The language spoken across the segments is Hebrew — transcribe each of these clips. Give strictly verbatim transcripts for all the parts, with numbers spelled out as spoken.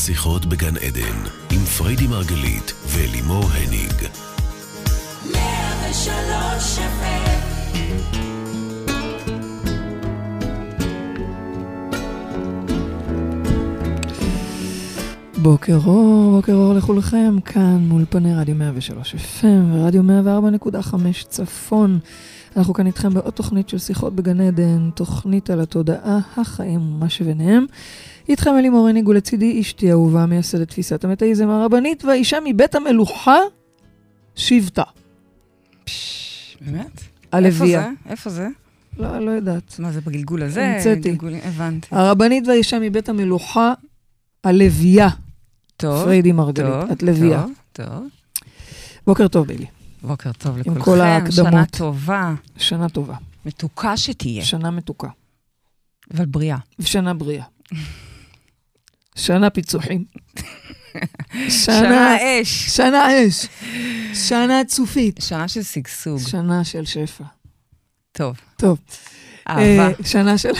שיחות בגן עדן, עם פריידי מרגלית ולימור הניג. מאה ושלוש שפט. בוקר אור, בוקר אור לכולכם, כאן מול פני רדיו מאה ושלוש אף אם ורדיו מאה וארבע נקודה חמש צפון. אנחנו כאן איתכם בעוד תוכנית של שיחות בגן עדן, תוכנית על התודעה, החיים ומה שביניהם. איתכם לימור הניג ולצידי אשתי אהובה, מייסדת תפיסת המטאיזם הרבנית, והאישה מבית המלוכה, שבטה. באמת? הלוויה. איפה זה? איפה זה? לא, לא יודעת. מה זה בגלגול הזה? המצאתי. גלגולים, הבנתי. הרבנית והאישה מבית המלוכה, הלוויה. טוב. פריידי מרגלית, את לוויה. טוב, טוב. בוקר טוב, בילי. בוקר טוב לכולכם. עם כל ההקדמות. שנה טובה. שנה טובה. מתוקה שתהיה. שנה מתוקה. אבל בריאה. שנה בריאה. שנה פיצוחים. שנה אש. שנה אש. שנה צופית. שנה של סגסוג. שנה של שפע. טוב. טוב. אהבה. שנה של...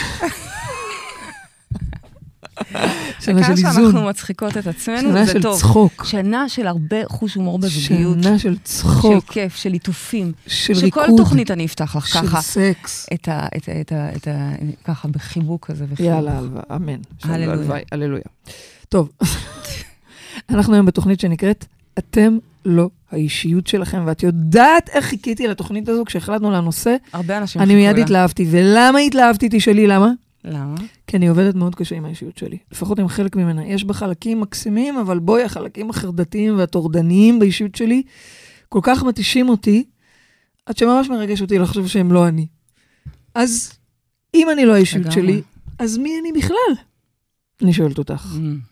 שנה של איזון. שאנחנו מצחיקות את עצמנו, שנה זה של טוב. צחוק. שנה של הרבה חוש הומור בזוגיות. שנה של צחוק. של כיף, של ליטופים. של שכל ריקוד. שכל תוכנית אני אפתח לך ככה. של סקס. את ה, את ה, את ה, את ה, ככה בחיבוק כזה. וחיבוק. יאללה, הלווה, אמן. הללויה. הללויה. טוב. אנחנו היום בתוכנית שנקראת, אתם לא האישיות שלכם, ואת יודעת איך חיכיתי לתוכנית הזו כשהחלטנו לנושא. הרבה אנשים אני מיד התלהבתי, ולמה התלהבתי? תשאלי למה? למה? כי אני עובדת מאוד קשה עם האישיות שלי. לפחות עם חלק ממנה. יש בה חלקים מקסימים, אבל בואי, החלקים החרדתיים והתורדניים באישיות שלי, כל כך מתישים אותי, עד שממש מרגש אותי לחשוב שהם לא אני. אז אם אני לא האישיות שלי, אז מי אני בכלל? אני שואלת אותך.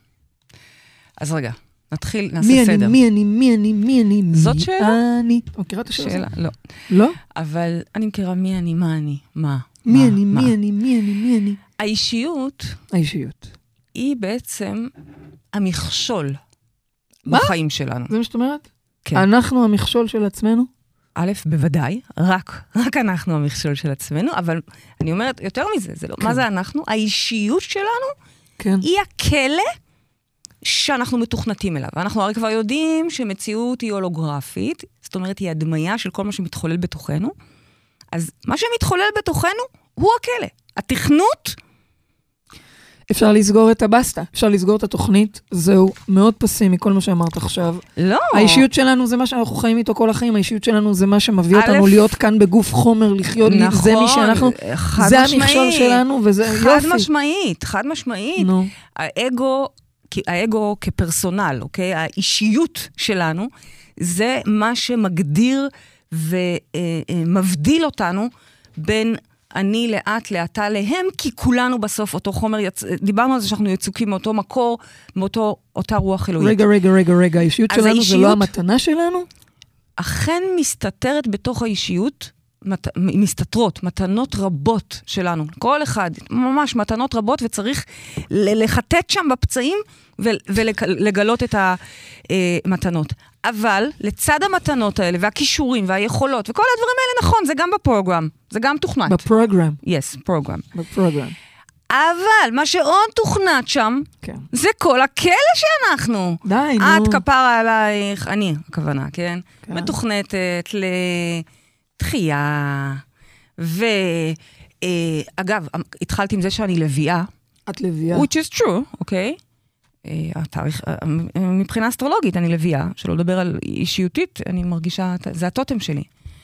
אז רגע, נתחיל, נעשה מי סדר. אני, מי אני, מי אני, מי אני, מי זאת שאלה? אני. מכירה את השאלה? שאלה, לא. לא? אבל אני מכירה מי אני, מה אני, מה. מי אני, מי אני, מי אני, מי אני. האישיות, האישיות. היא בעצם המכשול מה? בחיים שלנו. זה מה שאת אומרת? כן. אנחנו המכשול של עצמנו? א', בוודאי, רק, רק אנחנו המכשול של עצמנו, אבל אני אומרת, יותר מזה, זה לא, כן. מה זה אנחנו? האישיות שלנו כן. היא הכלא שאנחנו מתוכנתים אליו. ואנחנו הרי כבר יודעים שמציאות היא הולוגרפית, זאת אומרת, היא הדמיה של כל מה שמתחולל בתוכנו, אז מה שמתחולל בתוכנו הוא הכלא. התכנות... אפשר לסגור את הבסטה, אפשר לסגור את התוכנית, זהו מאוד פסימי, כל מה שאמרת עכשיו. לא. האישיות שלנו זה מה שאנחנו חיים איתו כל החיים, האישיות שלנו זה מה שמביא אותנו להיות כאן בגוף חומר, לחיות, נכון, זה מי שאנחנו, זה המכשול שלנו, וזה חד יופי. משמעית, חד משמעית. נו. האגו, האגו כפרסונל, אוקיי? האישיות שלנו, זה מה שמגדיר ומבדיל אותנו בין אני לאט לאטה להם, כי כולנו בסוף אותו חומר, יצ... דיברנו על זה שאנחנו יצוקים מאותו מקור, מאותו, אותה רוח אלוהית. רגע, רגע, רגע, רגע, האישיות שלנו האישיות, זה לא המתנה שלנו? אכן מסתתרת בתוך האישיות, מת... מסתתרות, מתנות רבות שלנו. כל אחד, ממש מתנות רבות, וצריך לחטט שם בפצעים, ו... ולגלות את המתנות. אבל לצד המתנות האלה, והכישורים, והיכולות, וכל הדברים האלה נכון, זה גם בפרוגרם, זה גם תוכנת. בפרוגרם. Yes, פרוגרם. בפרוגרם. אבל מה שעוד תוכנת שם, כן. זה כל הכלא שאנחנו. די, נו. את כפרה עלייך, אני, הכוונה, כן? כן. מתוכנתת לתחייה, ואגב, התחלתי עם זה שאני לביאה. את לביאה. Which is true, אוקיי? התאריך, מבחינה אסטרולוגית, אני לביאה, שלא לדבר על אישיותית, אני מרגישה, זה הטוטם שלי.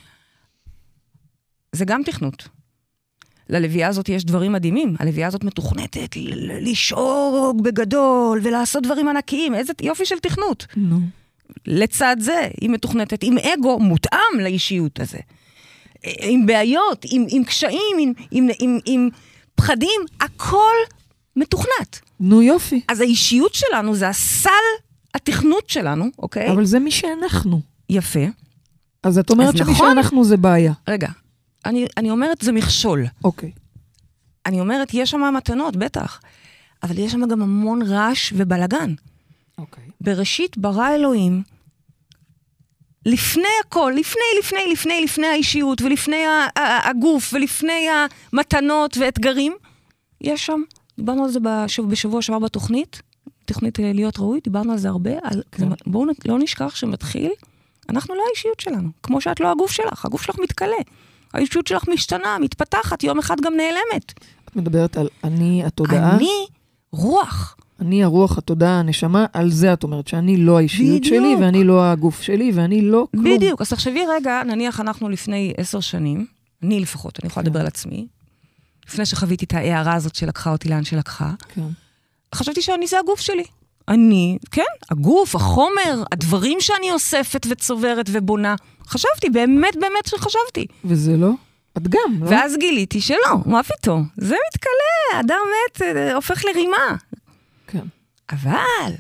זה גם תכנות. ללביאה הזאת יש דברים מדהימים. הלביאה הזאת מתוכנתת לשאוג בגדול ולעשות דברים ענקיים. איזה יופי של תכנות. נו. לצד זה, היא מתוכנתת עם אגו מותאם לאישיות הזה. עם בעיות, עם, עם קשיים, עם, עם, עם, עם פחדים, הכל מתוכנת. נו יופי. אז האישיות שלנו זה הסל התכנות שלנו, אוקיי? אבל זה מי שאנחנו. יפה. אז את אומרת שמי נכון. שאנחנו זה בעיה. רגע, אני, אני אומרת זה מכשול. אוקיי. אני אומרת, יש שם מתנות, בטח. אבל יש שם גם המון רעש ובלגן. אוקיי. בראשית ברא אלוהים, לפני הכל, לפני, לפני, לפני, לפני האישיות, ולפני הגוף, ולפני המתנות ואתגרים, יש שם, דיברנו על זה בשבוע, בשבוע שעבר בתוכנית, בתוכנית להיות ראוי, דיברנו על זה הרבה, על, כן. בואו לא נשכח שמתחיל, אנחנו לא האישיות שלנו, כמו שאת לא הגוף שלך, הגוף שלך מתקלה. האישיות שלך משתנה, מתפתחת, יום אחד גם נעלמת. את מדברת על אני התודעה? אני רוח. אני הרוח, התודעה, הנשמה, על זה את אומרת, שאני לא האישיות בדיוק. שלי, ואני לא הגוף שלי, ואני לא כלום. בדיוק, אז תחשבי רגע, נניח אנחנו לפני עשר שנים, אני לפחות, אני יכולה לדבר על עצמי, לפני שחוויתי את ההערה הזאת שלקחה אותי לאן שלקחה, כן. חשבתי שאני זה הגוף שלי. אני, כן, הגוף, החומר, הדברים שאני אוספת וצוברת ובונה. חשבתי, באמת, באמת שחשבתי. וזה לא? את גם, לא? ואז גיליתי שלא, מה פתאום? זה מתקלה, אדם מת, הופך לרימה. כן. אבל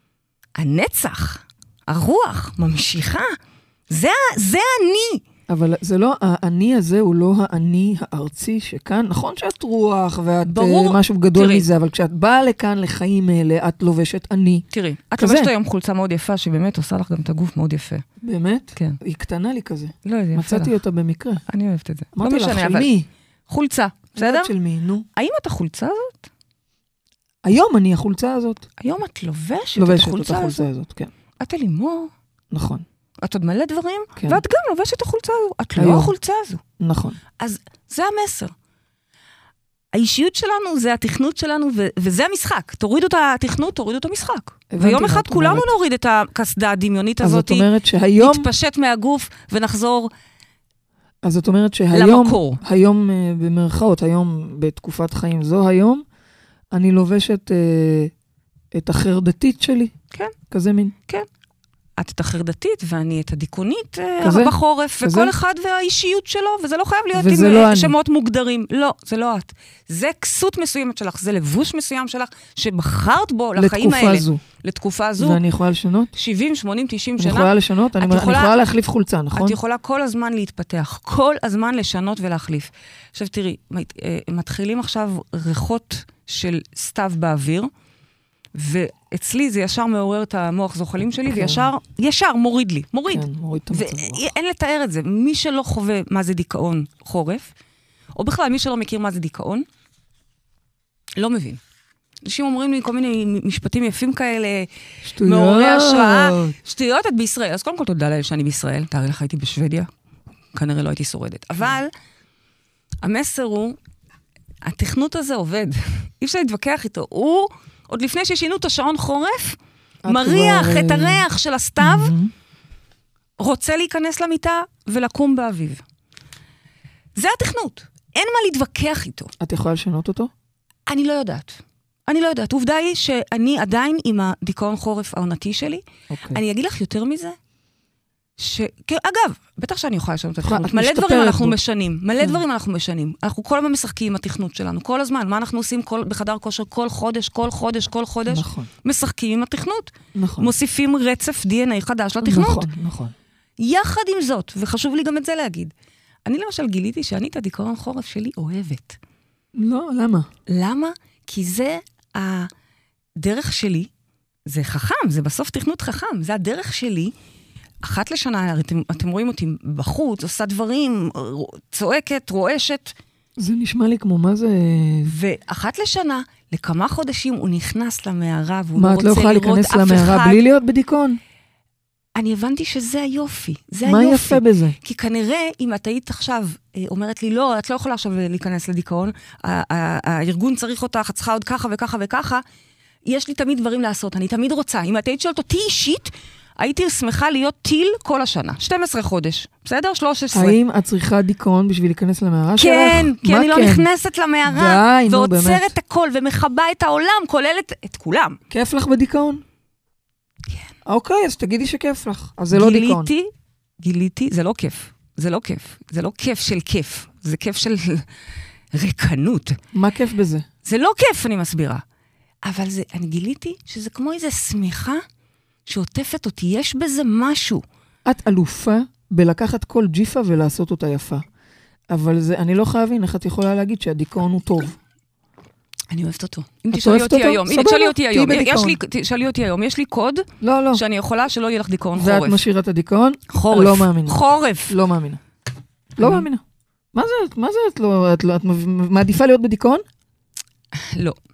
הנצח, הרוח, ממשיכה, זה, זה אני. אבל זה לא, האני הזה הוא לא האני הארצי שכאן, נכון שאת רוח ואת ברור, משהו גדול תראי. מזה, אבל כשאת באה לכאן לחיים האלה, את לובשת אני. תראי, את לובשת היום חולצה מאוד יפה, שבאמת עושה לך גם את הגוף מאוד יפה. באמת? כן. היא קטנה לי כזה. לא, זה יפה לך. מצאתי אותה במקרה. אני אוהבת את זה. אמרתי לך, של מי? חולצה, בסדר? של מי, נו. האם את החולצה הזאת? היום אני החולצה הזאת. היום את לובשת, לובשת את החולצה, את החולצה הזאת? הזאת, כן. את אלימור. נכון. את עוד מלא דברים, כן. ואת גם לובשת את החולצה הזו. את לא החולצה הזו. נכון. אז זה המסר. האישיות שלנו זה התכנות שלנו, ו- וזה המשחק. תורידו את התכנות, תורידו את המשחק. ויום אחד כולנו אומרת. נוריד את הכסדה הדמיונית הזאת. אז זאת אומרת שהיום... נתפשט מהגוף ונחזור אז זאת אומרת שהיום... למקור. היום במרכאות, היום בתקופת חיים זו היום, אני לובשת אה, את החרדתית שלי. כן. כזה מין. כן. את את החרדתית ואני את הדיכאונית כזה? בחורף, כזה? וכל אחד והאישיות שלו, וזה לא חייב להיות עם לא שמות אני. מוגדרים. לא, זה לא את. זה כסות מסוימת שלך, זה לבוש מסוים שלך, שבחרת בו לחיים האלה. זו. לתקופה זו. ואני יכולה לשנות? שבעים, שמונים, תשעים שנה. אני יכולה לשנות? אני, יכולה, אני יכולה להחליף חולצה, נכון? את יכולה כל הזמן להתפתח, כל הזמן לשנות ולהחליף. עכשיו תראי, מתחילים עכשיו ריחות של סתיו באוויר, ואצלי זה ישר מעורר את המוח זוחלים שלי, okay. וישר, ישר מוריד לי, מוריד. כן, מוריד את המצב. ואין לתאר את זה. מי שלא חווה מה זה דיכאון חורף, או בכלל מי שלא מכיר מה זה דיכאון, לא מבין. אנשים אומרים לי כל מיני משפטים יפים כאלה, שטויות. מעוררי השראה. שטויות את בישראל. אז קודם כל תודה לאל שאני בישראל, תארי לך הייתי בשוודיה, כנראה לא הייתי שורדת. אבל המסר הוא, התכנות הזה עובד. אי אפשר להתווכח איתו. הוא... עוד לפני ששינו את השעון חורף, מריח את הריח של הסתיו, רוצה להיכנס למיטה ולקום באביב. זה התכנות. אין מה להתווכח איתו. את יכולה לשנות אותו? אני לא יודעת. אני לא יודעת. עובדה היא שאני עדיין עם הדיכאון חורף העונתי שלי. אני אגיד לך יותר מזה, ש... אגב, בטח שאני יכולה לשנות את התכנות. מלא דברים אנחנו משנים. מלא דברים אנחנו משנים. אנחנו כל הזמן משחקים עם התכנות שלנו. כל הזמן. מה אנחנו עושים כל... בחדר כושר כל חודש, כל חודש, כל חודש? נכון. משחקים עם התכנות. נכון. מוסיפים רצף די אן איי חדש לתכנות. נכון, נכון. יחד עם זאת, וחשוב לי גם את זה להגיד, אני למשל גיליתי שאני את הדיכאון חורף שלי אוהבת. לא, למה? למה? כי זה הדרך שלי, זה חכם, זה בסוף תכנות חכם, זה הדרך שלי, אחת לשנה, אתם, אתם רואים אותי בחוץ, עושה דברים, צועקת, רועשת. זה נשמע לי כמו מה זה... ואחת לשנה, לכמה חודשים הוא נכנס למערה, והוא מה, לא רוצה לראות אף אחד. מה, את לא יכולה להיכנס למערה בלי להיות בדיכאון? אני הבנתי שזה היופי, זה מה היופי. מה יפה בזה? כי כנראה, אם את היית עכשיו, אומרת לי, לא, את לא יכולה עכשיו להיכנס לדיכאון, הארגון צריך אותך, את צריכה עוד ככה וככה וככה, יש לי תמיד דברים לעשות, אני תמיד רוצה. אם את היית שואלת אותי אישית, הייתי שמחה להיות טיל כל השנה, שנים עשר חודש, בסדר? שלוש עשרה. האם את צריכה דיכאון בשביל להיכנס למערה שלך? כן, כי אני לא נכנסת למערה, די, נו, באמת. ועוצרת הכל, ומחבה את העולם, כוללת את כולם. כיף לך בדיכאון? כן. אוקיי, אז תגידי שכיף לך. אז זה לא דיכאון. גיליתי, גיליתי, זה לא כיף. זה לא כיף. זה לא כיף של כיף. זה כיף של ריקנות. מה כיף בזה? זה לא כיף, אני מסבירה. אבל זה, אני גיליתי שזה כמו איזו סמיכה שעוטפת אותי. יש בזה משהו. את אלופה בלקחת כל ג'יפה ולעשות אותה יפה. אבל זה, אני לא חייבין איך את יכולה להגיד שהדיכאון הוא טוב. אני אוהבת אותו. אם תשאלי אותי היום, אם תשאלי אותי היום, תשאלי אותי היום, יש לי קוד שאני יכולה שלא יהיה לך דיכאון חורף. ואת משאירה את הדיכאון? חורף. לא מאמינה. חורף. לא מאמינה. לא מאמינה. מה זה? מה זה? את מעדיפה להיות בדיכאון? לא.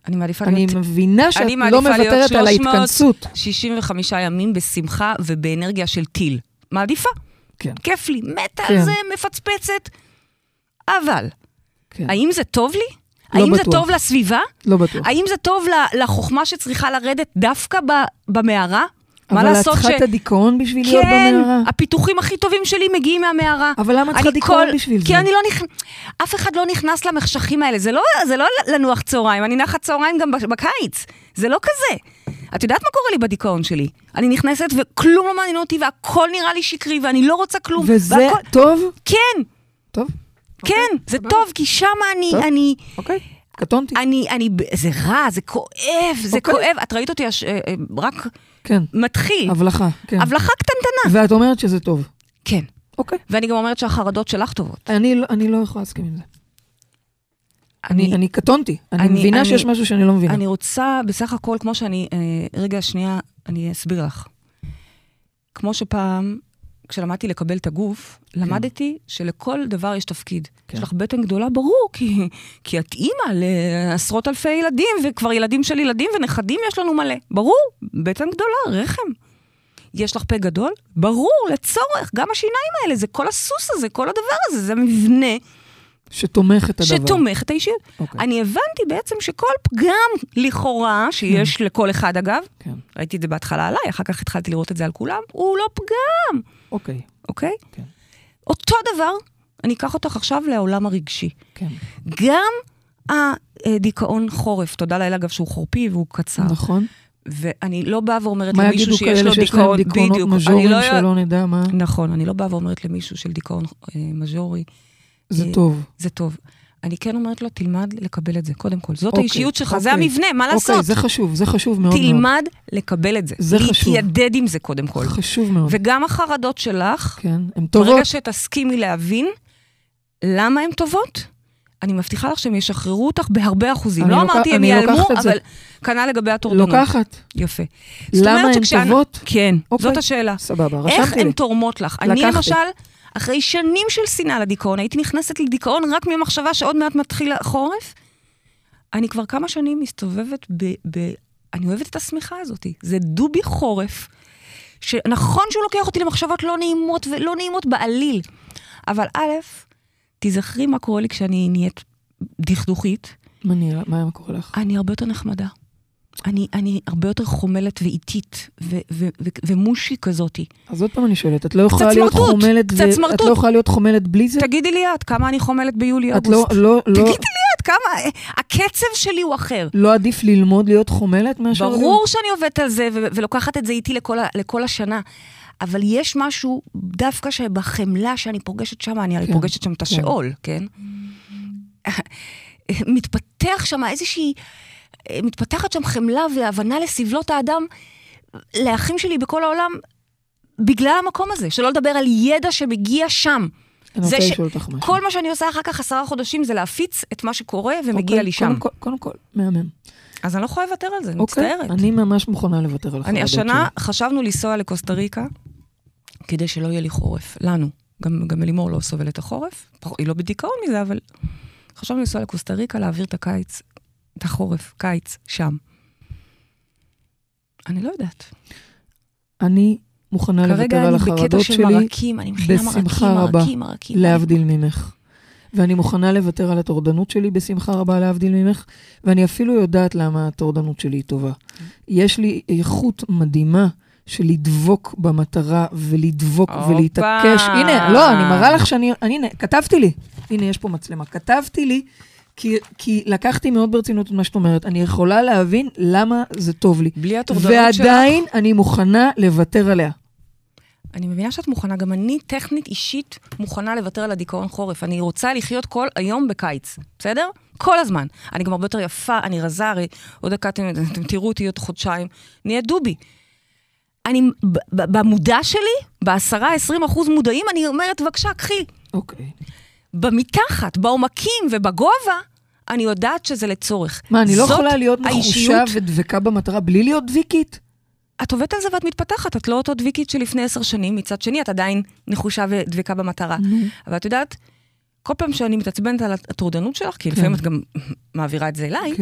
אני מעדיפה אני להיות... מבינה שאת לא מוותרת על ההתכנסות. שלוש מאות שישים וחמישה ימים בשמחה ובאנרגיה של טיל. מעדיפה. כן. כיף לי, מתה כן. על זה, מפצפצת. אבל, כן. האם זה טוב לי? לא האם בטוח. זה טוב לסביבה? לא בטוח. האם זה טוב לחוכמה שצריכה לרדת דווקא במערה? מה אבל את לעשות צריכה ש... את הדיכאון בשביל להיות כן, במערה? הפיתוחים הכי טובים שלי מגיעים מהמערה. אבל למה צריכה דיכאון בשביל כי זה? אני לא נכ... אף אחד לא נכנס למחשכים האלה. זה לא, זה לא לנוח צהריים. אני נחת צהריים גם בקיץ. זה לא כזה. את יודעת מה קורה לי בדיכאון שלי? אני נכנסת וכלום לא מעניין אותי, והכל נראה לי שקרי, ואני לא רוצה כלום. וזה והכל... טוב? כן. טוב? כן, אוקיי. זה טוב, כי שם אני... טוב. אני... אוקיי, קטונתי. אני, אני, זה רע, זה כואב, זה אוקיי. כואב. את ראית אותי הש... רק כן. מתחיל. הבלחה, כן. הבלחה קטנטנה. ואת אומרת שזה טוב. כן. אוקיי. ואני גם אומרת שהחרדות שלך טובות. אני לא, אני לא יכולה להסכים עם זה. אני, אני, אני קטונתי. אני, אני- מבינה אני- שיש משהו שאני לא מבינה. אני רוצה, בסך הכל, כמו שאני, אה, רגע, שנייה, אני אסביר לך. כמו שפעם, כשלמדתי לקבל את הגוף, למדתי שלכל דבר יש תפקיד. כן. יש לך בטן גדולה, ברור, כי, כי את אימא לעשרות אלפי ילדים, וכבר ילדים של ילדים ונכדים יש לנו מלא. ברור, בטן גדולה, רחם. יש לך פה גדול? ברור, לצורך. גם השיניים האלה, זה כל הסוס הזה, כל הדבר הזה, זה מבנה שתומך את הדבר. שתומך את האישיות. אוקיי. אני הבנתי בעצם שכל פגם לכאורה, שיש לכל אחד אגב, כן. ראיתי את זה בהתחלה עליי, אחר כך התחלתי לראות את זה על כולם, הוא לא פגם, אוקיי. אוקיי? כן. אותו דבר, אני אקח אותך עכשיו לעולם הרגשי. כן. גם הדיכאון חורף, תודה לאל אגב שהוא חורפי והוא קצר. נכון. ואני לא באה ואומרת מה למישהו יגידו שיש כאלה לו שיש להם דיכאון, דיכאונות בדיוק. אני מז'וריים לא- שלא נדע מה? נכון, אני לא באה ואומרת למישהו של דיכאון אה, מז'ורי, זה אה, טוב. זה טוב. אני כן אומרת לו, תלמד לקבל את זה, קודם כל. זאת אוקיי, האישיות שלך, זה אוקיי. המבנה, מה לעשות? אוקיי, זה חשוב, זה חשוב מאוד מאוד. תלמד לקבל את זה. זה חשוב. להתיידד עם זה קודם כל. חשוב מאוד. וגם החרדות שלך, כן, הן טובות. ברגע שתסכימי להבין למה הן טובות, אני מבטיחה לך שהם ישחררו אותך בהרבה אחוזים. אני לא לוקח- אמרתי הם אני ייעלמו, לוקחת את זה. אבל כנ"ל לגבי הטורדנות. לוקחת. יפה. זאת למה אומרת הן שכשאנ- טובות? כן, אוקיי. זאת השאלה. סבבה, איך רשמתי הן לי. תורמות לך? אני לקחתי. למשל, אחרי שנים של שנאה לדיכאון, הייתי נכנסת לדיכאון רק ממחשבה שעוד מעט מתחיל חורף. אני כבר כמה שנים מסתובבת ב... ב... אני אוהבת את השמיכה הזאת. זה דובי חורף, שנכון שהוא לוקח אותי למחשבות לא נעימות ולא נעימות בעליל. אבל א', תזכרי מה קורה לי כשאני נהיית דכדוכית. מה נראה? מה היה קורה לך? אני הרבה יותר נחמדה. אני, אני הרבה יותר חומלת ואיטית ו- ו- ו- ומושי כזאתי. אז עוד פעם אני שואלת, את לא יכולה קצת להיות סמרטוט, חומלת, קצת ו- את סמרטוט. לא יכולה להיות חומלת בלי זה? תגידי לי את, כמה אני חומלת ביולי את לא, אוגוסט? לא, לא, תגידי לי את, כמה, הקצב שלי הוא אחר. לא עדיף ללמוד להיות חומלת מאשר... ברור שאני עובדת על זה, ו- ולוקחת את זה איתי לכל, ה- לכל השנה. אבל יש משהו, דווקא שבחמלה שאני פוגשת שם, אני הרי כן, פוגשת שם את כן. השאול, כן? מתפתח שם איזושהי, מתפתחת שם חמלה והבנה לסבלות האדם, לאחים שלי בכל העולם, בגלל המקום הזה, שלא לדבר על ידע שמגיע שם. אני רוצה זה ש- לשאול אותך משהו. כל מה שאני עושה אחר כך עשרה חודשים, זה להפיץ את מה שקורה ומגיע אוקיי, לי שם. קודם כל, קודם כל, מהמם. אז אני לא יכולה לוותר על זה, אני אוקיי, מצטערת. אני ממש מוכנה לוותר על אני החרדות שלי. השנה חשבנו לנסוע לקוסטה ריקה, כדי שלא יהיה לי חורף. לנו. גם, גם אלימור לא סובל את החורף. היא לא בדיכאון מזה, אבל חשבנו לנסוע לקוסטה ריקה, להעביר את הקיץ, את החורף, קיץ, שם. אני לא יודעת. אני מוכנה לוותר כרגע על אני בקטע החרדות של שלי מרקים, אני מכינה מרקים, בשמחה רבה, מרקים, מרקים. להבדיל ממך. ואני מוכנה לוותר על הטורדנות שלי בשמחה רבה להבדיל ממך, ואני אפילו יודעת למה הטורדנות שלי היא טובה. יש לי איכות מדהימה של לדבוק במטרה ולדבוק אופה. ולהתעקש. הנה, לא, אני מראה לך שאני, אני, הנה, כתבתי לי. הנה, יש פה מצלמה. כתבתי לי, כי, כי לקחתי מאוד ברצינות את מה שאת אומרת. אני יכולה להבין למה זה טוב לי. בלי הטורדנות שלך. ועדיין אני מוכנה לוותר עליה. אני מבינה שאת מוכנה, גם אני טכנית אישית מוכנה לוותר על הדיכאון חורף. אני רוצה לחיות כל היום בקיץ, בסדר? כל הזמן. אני גם הרבה יותר יפה, אני רזה, הרי עוד דקה אתם, אתם תראו אותי עוד חודשיים, נהיה דובי. אני, ב- ב- במודע שלי, בעשרה, עשרים אחוז מודעים, אני אומרת, בבקשה, קחי. אוקיי. במתחת, בעומקים ובגובה, אני יודעת שזה לצורך. מה, אני לא זאת יכולה להיות נחושה האישיות. ודבקה במטרה בלי להיות דביקית? את עובדת על זה ואת מתפתחת, את לא אותו דביקית שלפני עשר שנים, מצד שני את עדיין נחושה ודבקה במטרה. אבל את יודעת, כל פעם שאני מתעצבנת על הטורדנות שלך, כי לפעמים את גם מעבירה את זה אליי, כן.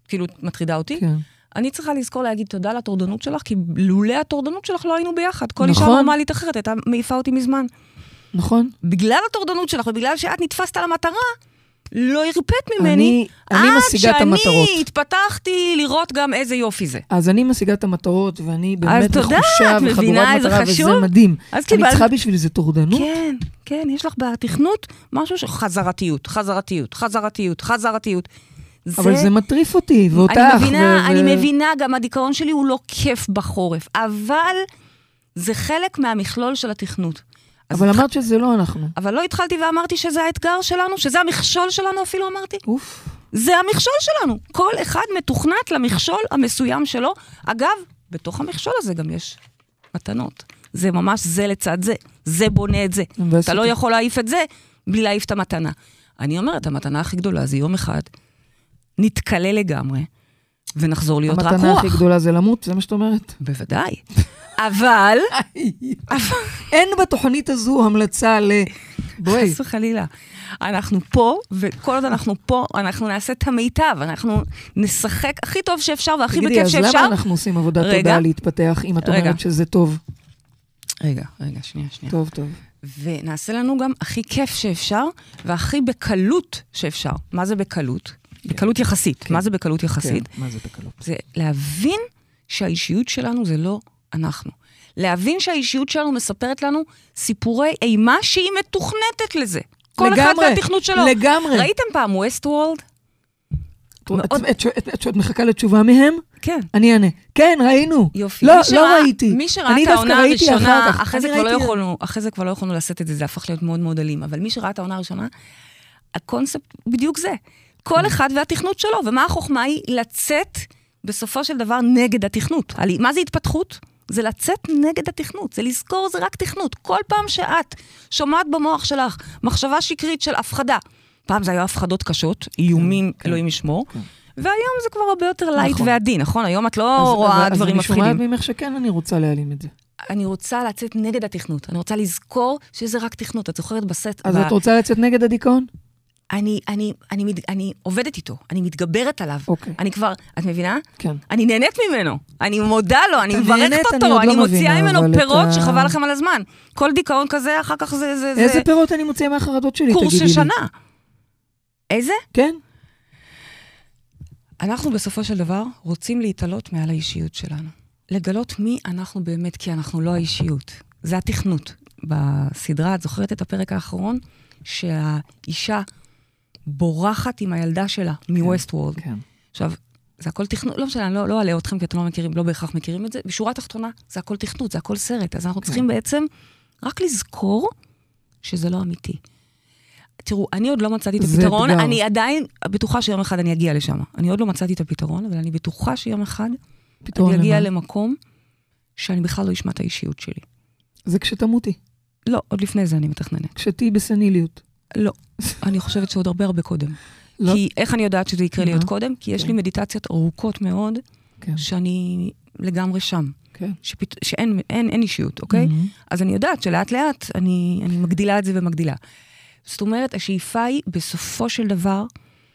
כאילו, מטרידה אותי. כן. אני צריכה לזכור להגיד תודה לטורדנות שלך, כי לולא הטורדנות שלך לא היינו ביחד. כל נכון. אישה נורמלית אחרת, הייתה מעיפה אותי מזמן. נכון. בגלל הטורדנות שלך, ובגלל שאת נתפסת על המטרה, לא הרפאת ממני, אני, אני משיגה את המטרות. עד שאני התפתחתי לראות גם איזה יופי זה. אז אני משיגה את המטרות, ואני באמת נחושה וחבורת מטרה, וזה מדהים. אני קיבל... צריכה בשביל זה טורדנות? כן, כן, יש לך בתכנות משהו של חזרתיות, חזרתיות, חזרתיות, חזרתיות. אבל זה, זה מטריף אותי, ואותך. אני מבינה, ו... אני מבינה, גם הדיכאון שלי הוא לא כיף בחורף, אבל זה חלק מהמכלול של התכנות. אבל אמרת שזה לא אנחנו. אבל לא התחלתי ואמרתי שזה האתגר שלנו, שזה המכשול שלנו אפילו אמרתי. אוף. זה המכשול שלנו. כל אחד מתוכנת למכשול המסוים שלו. אגב, בתוך המכשול הזה גם יש מתנות. זה ממש זה לצד זה. זה בונה את זה. אתה לא יכול להעיף את זה בלי להעיף את המתנה. אני אומרת, המתנה הכי גדולה זה יום אחד, נתקלה לגמרי, ונחזור להיות רק רוח. המתנה הכי גדולה זה למות, זה מה שאת אומרת? בוודאי. אבל... אין בתוכנית הזו המלצה ל... בואי. חס וחלילה. אנחנו פה, וכל עוד אנחנו פה, אנחנו נעשה את המיטב, אנחנו נשחק הכי טוב שאפשר, והכי בכיף שאפשר. תגידי, אז למה אנחנו עושים עבודת תודעה להתפתח, אם את אומרת שזה טוב? רגע, רגע, שנייה, שנייה. טוב, טוב. ונעשה לנו גם הכי כיף שאפשר, והכי בקלות שאפשר. מה זה בקלות? בקלות יחסית. מה זה בקלות יחסית? מה זה בקלות? זה להבין שהאישיות שלנו זה לא אנחנו. להבין שהאישיות שלנו מספרת לנו סיפורי אימה שהיא מתוכנתת לזה. כל אחד והתכנות שלו. לגמרי. ראיתם פעם ווסט וורלד? את מחכה לתשובה מהם? כן. אני אענה. כן, ראינו. יופי. לא, לא ראיתי. מי שראה את העונה הראשונה, אחרי זה כבר לא יכולנו, אחרי זה כבר לא יכולנו לשאת את זה, זה הפך להיות מאוד מאוד אלים. אבל מי שראה את העונה הראשונה, הקונספט בדיוק זה. כל אחד והתכנות שלו, ומה החוכמה היא? לצאת בסופו של דבר נגד התכנות. מה זה התפתחות? זה לצאת נגד התכנות, זה לזכור, זה רק תכנות. כל פעם שאת שומעת במוח שלך מחשבה שקרית של הפחדה, פעם זה היה הפחדות קשות, איומים, אלוהים ישמור, והיום זה כבר הרבה יותר לייט ועדין, נכון? היום את לא רואה דברים מפחידים. אז אני שומעת ממך שכן, אני רוצה להעלים את זה. אני רוצה לצאת נגד התכנות, אני רוצה לזכור שזה רק תכנות, את זוכרת בסט... אז את רוצה לצאת נגד הדיכאון? אני, אני, אני, אני עובדת איתו, אני מתגברת עליו. אוקיי. אני כבר, את מבינה? כן. אני נהנית ממנו, אני מודה לו, אני מברכת אותו, אני מוציאה ממנו פירות שחבל לכם על הזמן. כל דיכאון כזה, אחר כך זה... זה איזה פירות אני מוציאה מהחרדות שלי, תגידי לי? קורס של שנה. איזה? כן. אנחנו בסופו של דבר רוצים להתעלות מעל האישיות שלנו. לגלות מי אנחנו באמת, כי אנחנו לא האישיות. זה התכנות. בסדרה, את זוכרת את הפרק האחרון? שהאישה בורחת עם הילדה שלה מווסט וורלד. כן. עכשיו, זה הכל תכנות, לא משנה, אני לא, לא עלה אתכם, כי אתם לא מכירים, לא בהכרח מכירים את זה. בשורה התחתונה, זה הכל תכנות, זה הכל סרט. אז אנחנו כן. צריכים בעצם רק לזכור שזה לא אמיתי. תראו, אני עוד לא מצאתי את הפתרון, דבר. אני עדיין בטוחה שיום אחד אני אגיע לשם. אני עוד לא מצאתי את הפתרון, אבל אני בטוחה שיום אחד אני אגיע למה? למקום שאני בכלל לא אשמע את האישיות שלי. זה כשתמותי. לא, עוד לפני זה אני מתכננת. כשתהי בסניליות. לא, אני חושבת שעוד הרבה הרבה קודם. לא. כי איך אני יודעת שזה יקרה לי עוד קודם? כי יש לי מדיטציות ארוכות מאוד, שאני לגמרי שם. שאין אין אישיות, אוקיי? אז אני יודעת שלאט לאט אני מגדילה את זה ומגדילה. זאת אומרת, השאיפה היא בסופו של דבר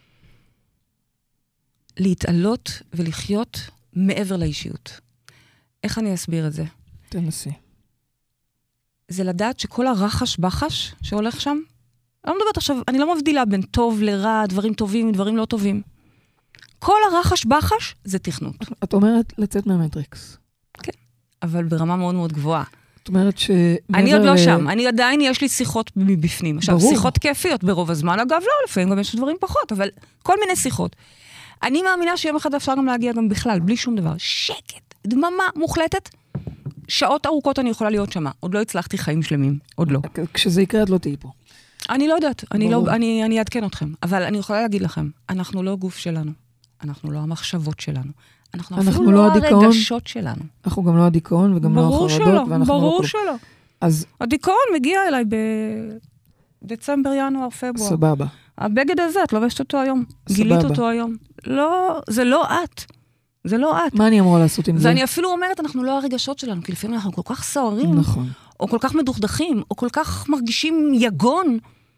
להתעלות ולחיות מעבר לאישיות. איך אני אסביר את זה? תנסי. זה לדעת שכל הרחש בחש שהולך שם, אני לא מדברת עכשיו, אני לא מבדילה בין טוב לרע, דברים טובים, דברים לא טובים. כל הרחש בחש זה תכנות. את אומרת לצאת מהמטריקס. כן, אבל ברמה מאוד מאוד גבוהה. את אומרת ש... אני עוד לא שם, אני עדיין יש לי שיחות מבפנים. עכשיו, שיחות כיפיות ברוב הזמן, אגב, לא, לפעמים גם יש דברים פחות, אבל כל מיני שיחות. אני מאמינה שיום אחד אפשר גם להגיע גם בכלל, בלי שום דבר. שקט, דממה מוחלטת, שעות ארוכות אני יכולה להיות שמה. עוד לא הצלחתי חיים שלמים, עוד לא. כשזה יקרה, את לא תהי פה. אני לא יודעת, אני לא, אני, אני אעדכן אתכם, אבל אני יכולה להגיד לכם, אנחנו לא הגוף שלנו, אנחנו לא המחשבות שלנו, אנחנו, אנחנו אפילו לא הדיכאון, הרגשות שלנו. אנחנו גם לא הדיכאון וגם לא החרדות. שלא, ברור לא שלא. אז... הדיכאון מגיע אליי בדצמבר, ינואר, פברואר. סבבה. הבגד הזה, את לובשת אותו היום. סבבה. גילית אותו היום. לא, זה לא את. זה לא את. מה אני אמורה לעשות עם זה? ואני אפילו אומרת, אנחנו לא הרגשות שלנו, כי לפעמים אנחנו כל כך סוערים. נכון. או כל כך מדוכדכים, או כל כך מרגישים יגון.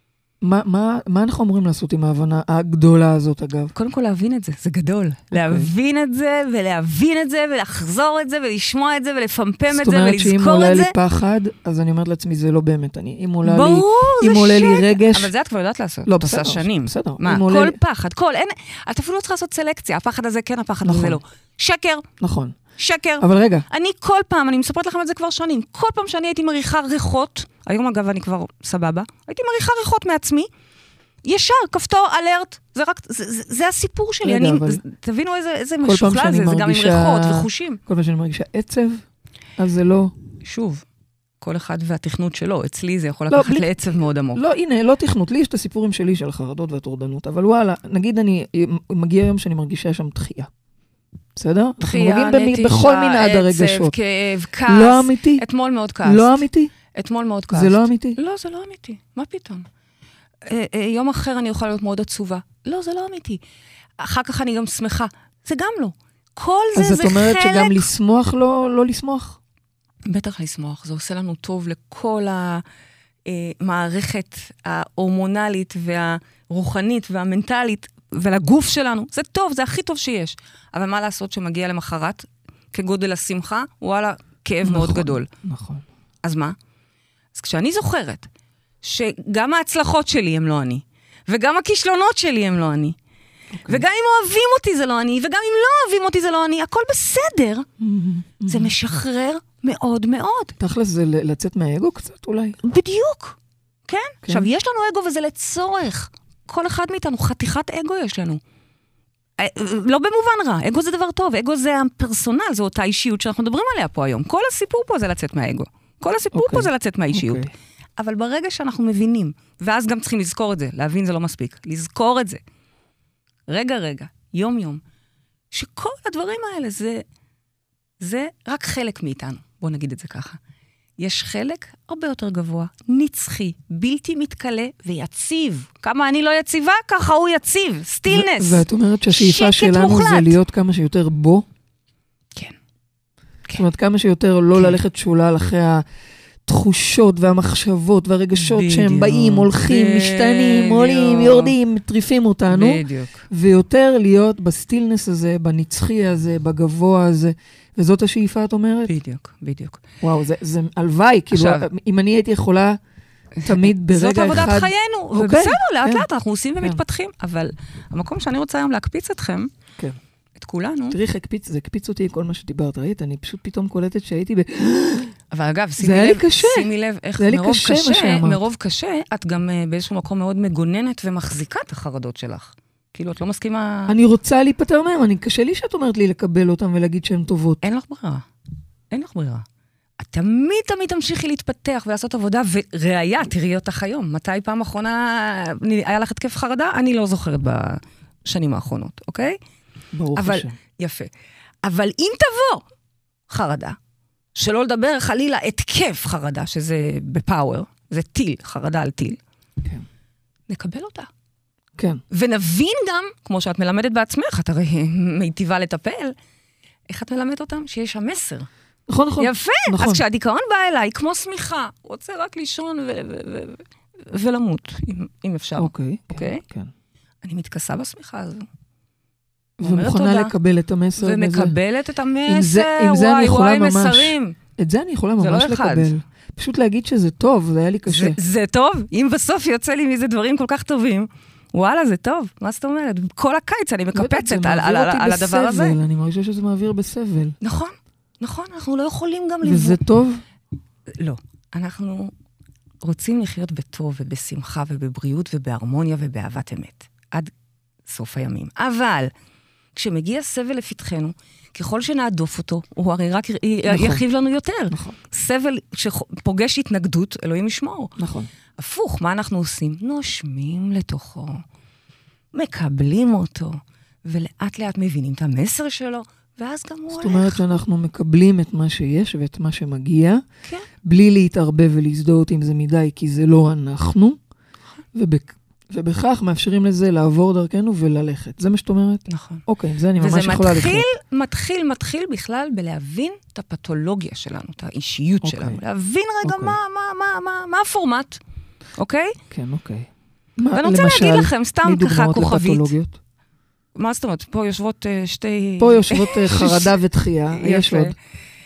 מה, מה, מה אנחנו אמורים לעשות עם ההבנה הגדולה הזאת, אגב? קודם כל להבין את זה, זה גדול. Okay. להבין את זה, ולהבין את זה, ולחזור את זה, ולשמוע את זה, ולפמפם את זה, ולזכור את זה. זאת אומרת שאם עולה לי פחד, אז אני אומרת לעצמי, זה לא באמת אני. אם עולה לי, אם עולה לי רגש... אבל זה את כבר יודעת לעשות. לא, בסדר, שנים. בסדר. מה, כל פחד, כל, אין, את אפילו לא צריכה לעשות סלקציה, הפחד הזה כן, הפחד הזה לא. שקר. נכון. שקר. אבל רגע. אני כל פעם, אני מספרת לכם את זה כבר שנים, כל פעם שאני הייתי מריחה ריחות, היום אגב אני כבר סבבה, הייתי מריחה ריחות מעצמי, ישר, כפתור, אלרט, זה רק, זה, זה, זה הסיפור שלי, רגע, אני, אבל... תבינו איזה, איזה משוכלל זה, זה גם עם ריחות וחושים. כל פעם שאני מרגישה עצב, אז זה לא... שוב, כל אחד והתכנות שלו, אצלי זה יכול לקחת לא, בלי... לעצב מאוד עמוק. לא, הנה, לא תכנות, לי יש את הסיפורים שלי של החרדות והטורדנות, אבל וואלה, נגיד אני, מגיע היום שאני מרגישה שם דחייה. בסדר? דחייה, נטישה, עצב, כאב, כעס. לא אמיתי. אתמול מאוד כעסת. לא אמיתי. אתמול מאוד כעסת. זה לא אמיתי? לא, זה לא אמיתי. מה פתאום? יום אחר אני אוכל להיות מאוד עצובה. לא, זה לא אמיתי. אחר כך אני גם שמחה. זה גם לא. כל זה, זה חלק... אז את אומרת שגם לשמוח, לא, לא לשמוח? בטח לשמוח. זה עושה לנו טוב לכל המערכת ההורמונלית והרוחנית והמנטלית ולגוף שלנו. זה טוב, זה הכי טוב שיש. אבל מה לעשות שמגיע למחרת, כגודל השמחה, וואלה, כאב נכון, מאוד גדול. נכון. אז מה? אז כשאני זוכרת שגם ההצלחות שלי הם לא אני, וגם הכישלונות שלי הם לא אני, okay. וגם אם אוהבים אותי זה לא אני, וגם אם לא אוהבים אותי זה לא אני, הכל בסדר. זה משחרר מאוד מאוד. תכלס זה לצאת מהאגו קצת אולי? בדיוק. כן? כן. עכשיו, יש לנו אגו וזה לצורך. כל אחד מאיתנו, חתיכת אגו יש לנו. לא במובן רע, אגו זה דבר טוב, אגו זה הפרסונל, זו אותה אישיות שאנחנו מדברים עליה פה היום. כל הסיפור פה זה לצאת מהאגו. כל הסיפור okay. פה זה לצאת מהאישיות. Okay. אבל ברגע שאנחנו מבינים, ואז גם צריכים לזכור את זה, להבין זה לא מספיק, לזכור את זה. רגע, רגע, יום יום, שכל הדברים האלה זה, זה רק חלק מאיתנו. בואו נגיד את זה ככה. יש חלק הרבה יותר גבוה, נצחי, בלתי מתקלה ויציב. כמה אני לא יציבה, ככה הוא יציב. סטילנס. ואת אומרת שהשאיפה שלנו מוחלט. זה להיות כמה שיותר בו? כן. זאת אומרת, כמה שיותר לא כן. ללכת שולל אחרי התחושות והמחשבות והרגשות בדיוק, שהם באים, הולכים, בדיוק, משתנים, עולים, יורדים, מטריפים אותנו. בדיוק. ויותר להיות בסטילנס הזה, בנצחי הזה, בגבוה הזה. וזאת השאיפה, את אומרת? בדיוק, בדיוק. וואו, זה, זה הלוואי, כאילו, אם אני הייתי יכולה תמיד ברגע אחד... זאת עבודת חיינו, ובסדר, לאט לאט, אנחנו עושים ומתפתחים, אבל המקום שאני רוצה היום להקפיץ אתכם, את כולנו... תראי, זה הקפיץ אותי כל מה שדיברת, ראית? אני פשוט פתאום קולטת שהייתי ב... אבל אגב, שימי לב, איך מרוב קשה, מרוב קשה, את גם באיזשהו מקום מאוד מגוננת ומחזיקה את החרדות שלך. כאילו, את לא מסכימה... אני רוצה להיפטר מהם, אני קשה לי שאת אומרת לי לקבל אותם ולהגיד שהן טובות. אין לך ברירה. אין לך ברירה. את תמיד תמיד תמשיכי להתפתח ולעשות עבודה, וראיה, תראי אותך היום. מתי פעם אחרונה היה לך התקף חרדה? אני לא זוכרת בשנים האחרונות, אוקיי? ברוך השם. יפה. אבל אם תבוא חרדה, שלא לדבר חלילה התקף חרדה, שזה בפאוור, זה טיל, חרדה על טיל. כן. נקבל אותה. כן. ונבין גם, כמו שאת מלמדת בעצמך, את הרי מיטיבה לטפל, איך את מלמדת אותם? שיש שם מסר. נכון, נכון. יפה. נכון. אז כשהדיכאון בא אליי, כמו סמיכה, רוצה רק לישון ו- ו- ו- ו- ולמות, אם, אם אפשר. אוקיי. אוקיי? כן, כן. אני מתכסה בסמיכה הזו. ומוכנה לקבל את המסר. ומקבלת את המסר. עם זה, עם זה וואי, אני יכולה וואי, ממש. מסרים. את זה אני יכולה ממש לא לקבל. אחד. פשוט להגיד שזה טוב, זה היה לי קשה. זה, זה טוב? אם בסוף יוצא לי מזה דברים כל כך טובים, וואלה, זה טוב. מה זאת אומרת? כל הקיץ אני מקפצת על, על, על הדבר הזה. אני מרגישה שזה מעביר בסבל. נכון, נכון. אנחנו לא יכולים גם לבוא. וזה טוב? לא. אנחנו רוצים לחיות בטוב ובשמחה ובבריאות ובהרמוניה ובאהבת אמת. עד סוף הימים. אבל כשמגיע סבל לפתחנו, ככל שנעדוף אותו, הוא הרי רק נכון. יחיב לנו יותר. נכון. סבל שפוגש התנגדות, אלוהים ישמור. נכון. הפוך, מה אנחנו עושים? נושמים לתוכו, מקבלים אותו, ולאט לאט מבינים את המסר שלו, ואז גם הוא הולך. זאת אומרת שאנחנו מקבלים את מה שיש ואת מה שמגיע, כן. בלי להתערבב ולהזדהות אם זה מדי, כי זה לא אנחנו, ובק... ובכך מאפשרים לזה לעבור דרכנו וללכת. זה מה שאת אומרת? נכון. אוקיי, זה אני ממש יכולה לחיות. וזה מתחיל, מתחיל, מתחיל בכלל בלהבין את הפתולוגיה שלנו, את האישיות אוקיי. שלנו. להבין רגע אוקיי. מה, מה, מה, מה, מה הפורמט, אוקיי? כן, אוקיי. ואני רוצה להגיד לכם, סתם ככה כוכבית. לפתולוגיות? מה זאת אומרת? פה יושבות שתי... פה יושבות חרדה ותחייה. יש עוד.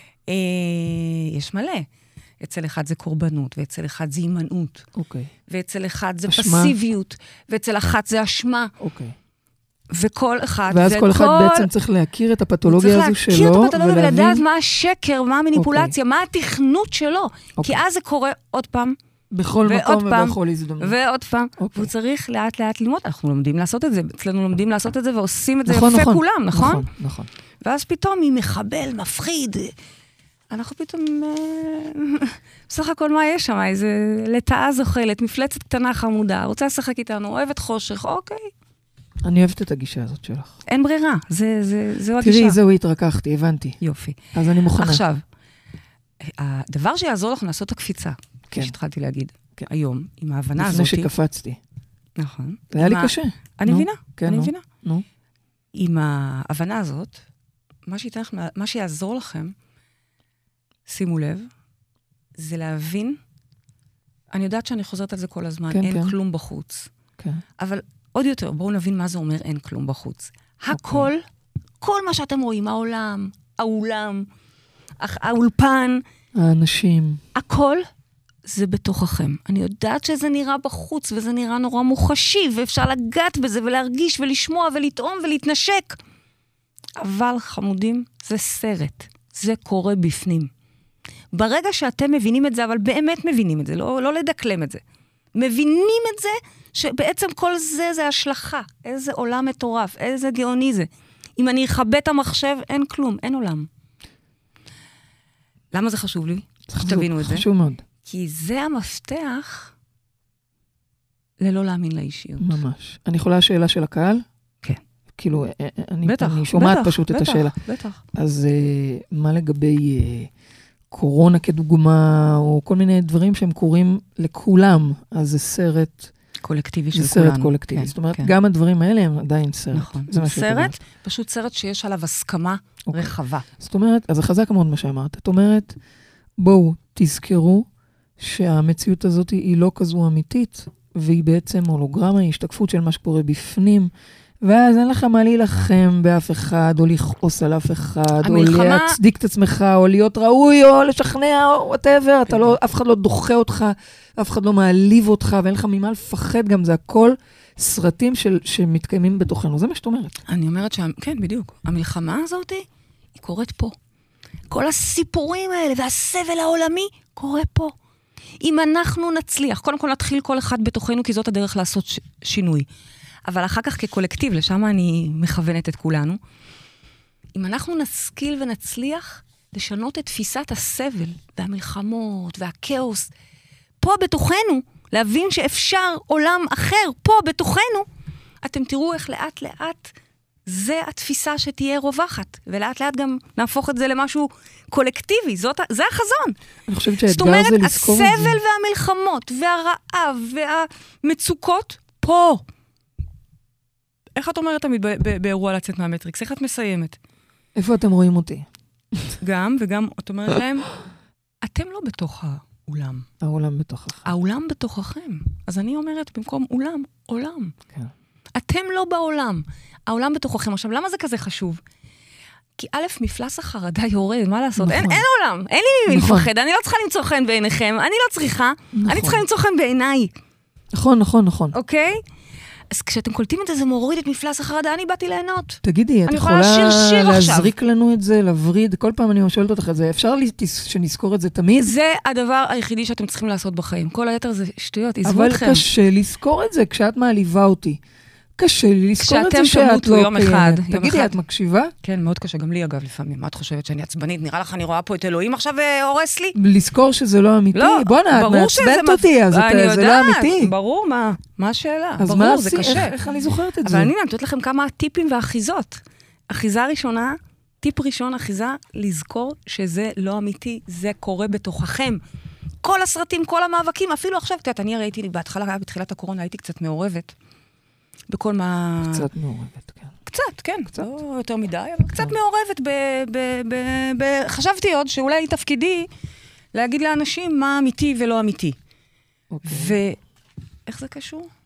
יש מלא. אצל אחד זה קורבנות, ואצל אחד זה הימנעות. אוקיי. ואצל אחד זה פסיביות, ואצל אחת זה אשמה. אוקיי. וכל אחד... ואז כל אחד בעצם צריך להכיר את הפתולוגיה הזו שלו, צריך להכיר את הפתולוגיה ולדעת מה השקר, מה המניפולציה, מה התכנות שלו. כי אז זה קורה עוד פעם, בכל מקום ובכל הזדמנות. ועוד פעם, והוא צריך לאט לאט ללמוד. אנחנו לומדים לעשות את זה, אצלנו לומדים לעשות את זה, ועושים את זה יפה כולם, נכון? נכון, נכון. ואז פתאום היא מחבל, מפחיד. אנחנו פתאום... בסך הכל מה יש שם? איזה לטאה זוחלת, מפלצת קטנה חמודה, רוצה לשחק איתנו, אוהבת חושך, אוקיי. אני אוהבת את הגישה הזאת שלך. אין ברירה, זה, זה, זו הגישה. תראי, זהו, התרככתי, הבנתי. יופי. אז אני מוכנה. עכשיו, הדבר שיעזור לך לעשות את הקפיצה, כפי שהתחלתי להגיד, היום, עם ההבנה הזאת... לפני שקפצתי. נכון. זה היה לי קשה. אני מבינה, אני מבינה. עם ההבנה הזאת, מה שיעזור לכם, שימו לב, זה להבין, אני יודעת שאני חוזרת על זה כל הזמן, אין כלום בחוץ. אבל עוד יותר, בואו נבין מה זה אומר אין כלום בחוץ. הכל, כל מה שאתם רואים, העולם, האולם, האולפן, האנשים, הכל זה בתוככם. אני יודעת שזה נראה בחוץ, וזה נראה נורא מוחשי, ואפשר לגעת בזה, ולהרגיש, ולשמוע, ולטעום, ולהתנשק. אבל, חמודים, זה סרט. זה קורה בפנים. ברגע שאתם מבינים את זה, אבל באמת מבינים את זה, לא, לא לדקלם את זה. מבינים את זה, שבעצם כל זה זה השלכה. איזה עולם מטורף, איזה גאוני זה. אם אני אכבה את המחשב, אין כלום, אין עולם. למה זה חשוב לי? שתבינו את זה. חשוב מאוד. כי זה המפתח ללא להאמין לאישיות. ממש. אני יכולה שאלה של הקהל? כן. כאילו, אני, בטח, אני שומעת בטח, פשוט בטח, את השאלה. בטח. אז מה לגבי קורונה כדוגמה, או כל מיני דברים שהם קורים לכולם, אז זה סרט... קולקטיבי של כולנו. כולנו. זה סרט קולקטיבי. כן, זאת אומרת, כן. גם הדברים האלה הם עדיין סרט. נכון. זה זה סרט, פשוט סרט שיש עליו הסכמה אוקיי. רחבה. זאת אומרת, אז זה חזק מאוד מה שאמרת. את אומרת, בואו, תזכרו שהמציאות הזאת היא לא כזו אמיתית, והיא בעצם הולוגרמה, היא השתקפות של מה שקורה בפנים, ואז אין לך מה להילחם באף אחד, או לכעוס על אף אחד, המלחמה... או להצדיק את עצמך, או להיות ראוי, או לשכנע, או whatever, אתה לא, אף אחד לא דוחה אותך, אף אחד לא מעליב אותך, ואין לך ממה לפחד, גם זה הכל סרטים של, שמתקיימים בתוכנו. זה מה שאת אומרת. אני אומרת ש... כן, בדיוק. המלחמה הזאת היא קורית פה. כל הסיפורים האלה והסבל העולמי קורה פה. אם אנחנו נצליח, קודם כל נתחיל כל אחד בתוכנו, כי זאת הדרך לעשות ש... שינוי. אבל אחר כך כקולקטיב, לשם אני מכוונת את כולנו, אם אנחנו נשכיל ונצליח לשנות את תפיסת הסבל והמלחמות והכאוס, פה בתוכנו, להבין שאפשר עולם אחר, פה בתוכנו, אתם תראו איך לאט לאט זה התפיסה שתהיה רווחת, ולאט לאט גם נהפוך את זה למשהו קולקטיבי, זאת, זה החזון. אני חושבת שהאתגר זה לזכור את זה. זאת אומרת, הסבל והמלחמות והרעב והמצוקות, פה. איך את אומרת תמיד באירוע לצאת מהמטריקס? איך את מסיימת? איפה אתם רואים אותי? גם, וגם, את אומרת להם, אתם לא בתוך האולם. האולם בתוכך. האולם בתוככם. אז אני אומרת, במקום אולם, עולם. כן. אתם לא בעולם. העולם בתוככם. עכשיו, למה זה כזה חשוב? כי א', מפלס החרדה יורד, מה לעשות? נכון. אין, אין עולם, אין לי מי נכון. לפחד, אני לא צריכה למצוא חן בעיניכם, אני לא צריכה, נכון. אני צריכה למצוא חן בעיניי. נכון, נכון, נכון. אוקיי? אז כשאתם קולטים את זה, זה מוריד את מפלס החרדה, אני באתי ליהנות. תגידי, את יכולה להזריק לנו את זה, להבריד, כל פעם אני שואלת אותך את זה, אפשר שנזכור את זה תמיד? זה הדבר היחידי שאתם צריכים לעשות בחיים. כל היתר זה שטויות, עזבו אתכם. אבל קשה לזכור את זה, כשאת מעליבה אותי. קשה לי לזכור את זה שאת לא קיימת. תגידי, את מקשיבה? כן, מאוד קשה, גם לי אגב לפעמים. מה את חושבת שאני עצבנית? נראה לך אני רואה פה את אלוהים עכשיו הורס לי? לזכור שזה לא אמיתי? בוא'נה, את מעצבנת אותי, אז זה לא אמיתי. ברור, מה? מה השאלה? אז מה עשי? איך אני זוכרת את זה? אבל אני נתת לכם כמה טיפים ואחיזות. אחיזה ראשונה, טיפ ראשון, אחיזה, לזכור שזה לא אמיתי, זה קורה בתוככם. כל הסרטים, כל המאבקים, אפילו עכשיו, תראה, אני ראיתי לי בהתחלה, בתחילת הקורונה, הייתי קצת מעורבת. בכל מה... קצת מעורבת, כן. קצת, כן. קצת. לא יותר מדי, אבל קצת מעורבת ב... ב, ב, ב חשבתי עוד שאולי תפקידי להגיד לאנשים מה אמיתי ולא אמיתי. אוקיי. ואיך זה קשור?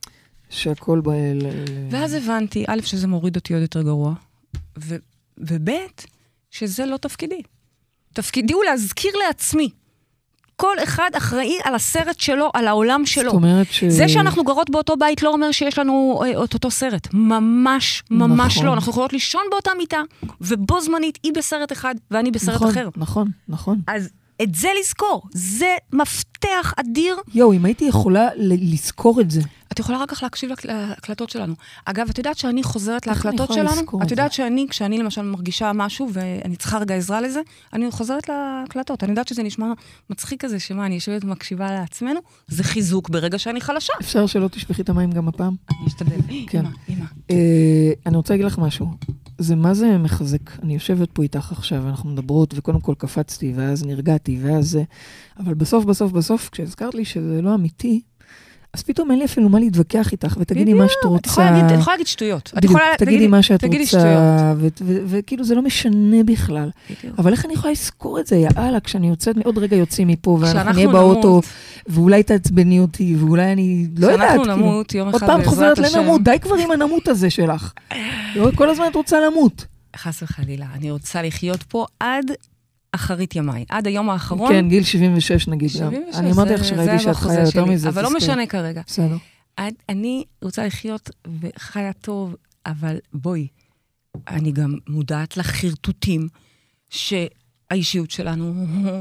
שהכל ב... ואז הבנתי, א', שזה מוריד אותי עוד יותר גרוע, ו... וב', שזה לא תפקידי. תפקידי הוא להזכיר לעצמי. כל אחד אחראי על הסרט שלו, על העולם שלו. זאת אומרת ש... זה שאנחנו גרות באותו בית לא אומר שיש לנו אה, אותו סרט. ממש, ממש נכון. לא. אנחנו יכולות לישון באותה מיטה, ובו זמנית היא בסרט אחד, ואני בסרט נכון, אחר. נכון, נכון. אז את זה לזכור. זה מפתח אדיר. יו, אם הייתי יכולה לזכור את זה. את יכולה רק כך להקשיב להקלטות שלנו. אגב, את יודעת שאני חוזרת להקלטות שלנו? את יודעת שאני, כשאני למשל מרגישה משהו, ואני צריכה רגע עזרה לזה, אני חוזרת להקלטות. אני יודעת שזה נשמע מצחיק כזה, שמה, אני יושבת ומקשיבה לעצמנו, זה חיזוק ברגע שאני חלשה. אפשר שלא תשפכי את המים גם הפעם? אני אשתדל. כן. אני רוצה להגיד לך משהו. זה מה זה מחזק. אני יושבת פה איתך עכשיו, אנחנו מדברות, וקודם כל קפצתי, ואז נרגעתי, ואז זה. אבל בסוף, בסוף, בסוף, כשהזכרת לי שזה לא אמיתי, אז פתאום אין לי אפילו מה להתווכח איתך, ותגידי מה שאת רוצה. את יכולה להגיד שטויות. תגידי מה שאת רוצה, וכאילו זה לא משנה בכלל. אבל איך אני יכולה לזכור את זה? יאללה, כשאני יוצאת, עוד רגע יוצאים מפה, ואנחנו נהיה באוטו, ואולי תעצבני אותי, ואולי אני לא יודעת. שאנחנו נמות יום אחד עוד פעם חוזרת לנמות, די כבר עם הנמות הזה שלך. כל הזמן את רוצה למות. חס וחלילה, אני רוצה לחיות פה עד אחרית ימיי, עד היום האחרון. כן, גיל שבעים ושש נגיד. שבעים ושש, אני אמרתי לך שראיתי שאת חיה יותר מזה. אבל לא משנה כרגע. בסדר. אני רוצה לחיות וחיה טוב, אבל בואי, אני גם מודעת לחרטוטים שהאישיות שלנו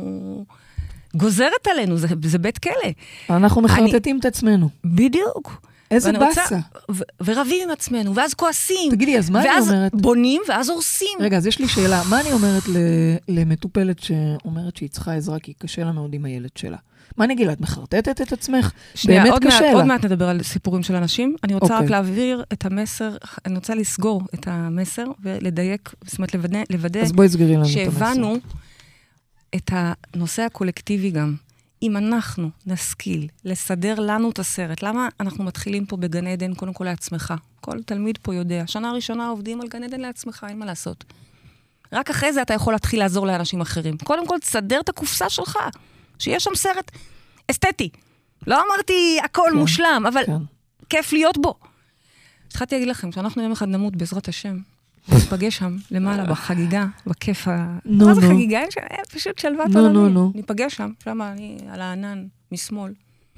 גוזרת עלינו, זה בית כלא. אנחנו מחרטטים את עצמנו. בדיוק. איזה בסה. ורבים עם עצמנו, ואז כועסים. תגידי, אז מה אני אומרת? ואז בונים, ואז הורסים. רגע, אז יש לי שאלה. מה אני אומרת למטופלת שאומרת שהיא צריכה עזרה, כי קשה לה מאוד עם הילד שלה? מה אני אגיד לה? את מחרטטת את עצמך? באמת קשה לה. עוד מעט נדבר על סיפורים של אנשים. אני רוצה רק להעביר את המסר, אני רוצה לסגור את המסר, ולדייק, זאת אומרת, לוודא שהבנו את הנושא הקולקטיבי גם. אם אנחנו נשכיל לסדר לנו את הסרט, למה אנחנו מתחילים פה בגן עדן, קודם כל לעצמך? כל תלמיד פה יודע, שנה הראשונה עובדים על גן עדן לעצמך, אין מה לעשות. רק אחרי זה אתה יכול להתחיל לעזור לאנשים אחרים. קודם כל תסדר את הקופסה שלך, שיש שם סרט אסתטי. לא אמרתי הכל כן, מושלם, אבל כן. כיף להיות בו. התחלתי להגיד לכם, שאנחנו יום אחד נמות בעזרת השם, ניפגש שם למעלה בחגיגה, בכיף ה... נו, מה זה נו. חגיגה? פשוט שלוות נו, עולמי. נו, נו. ניפגש שם, שם אני על הענן, משמאל.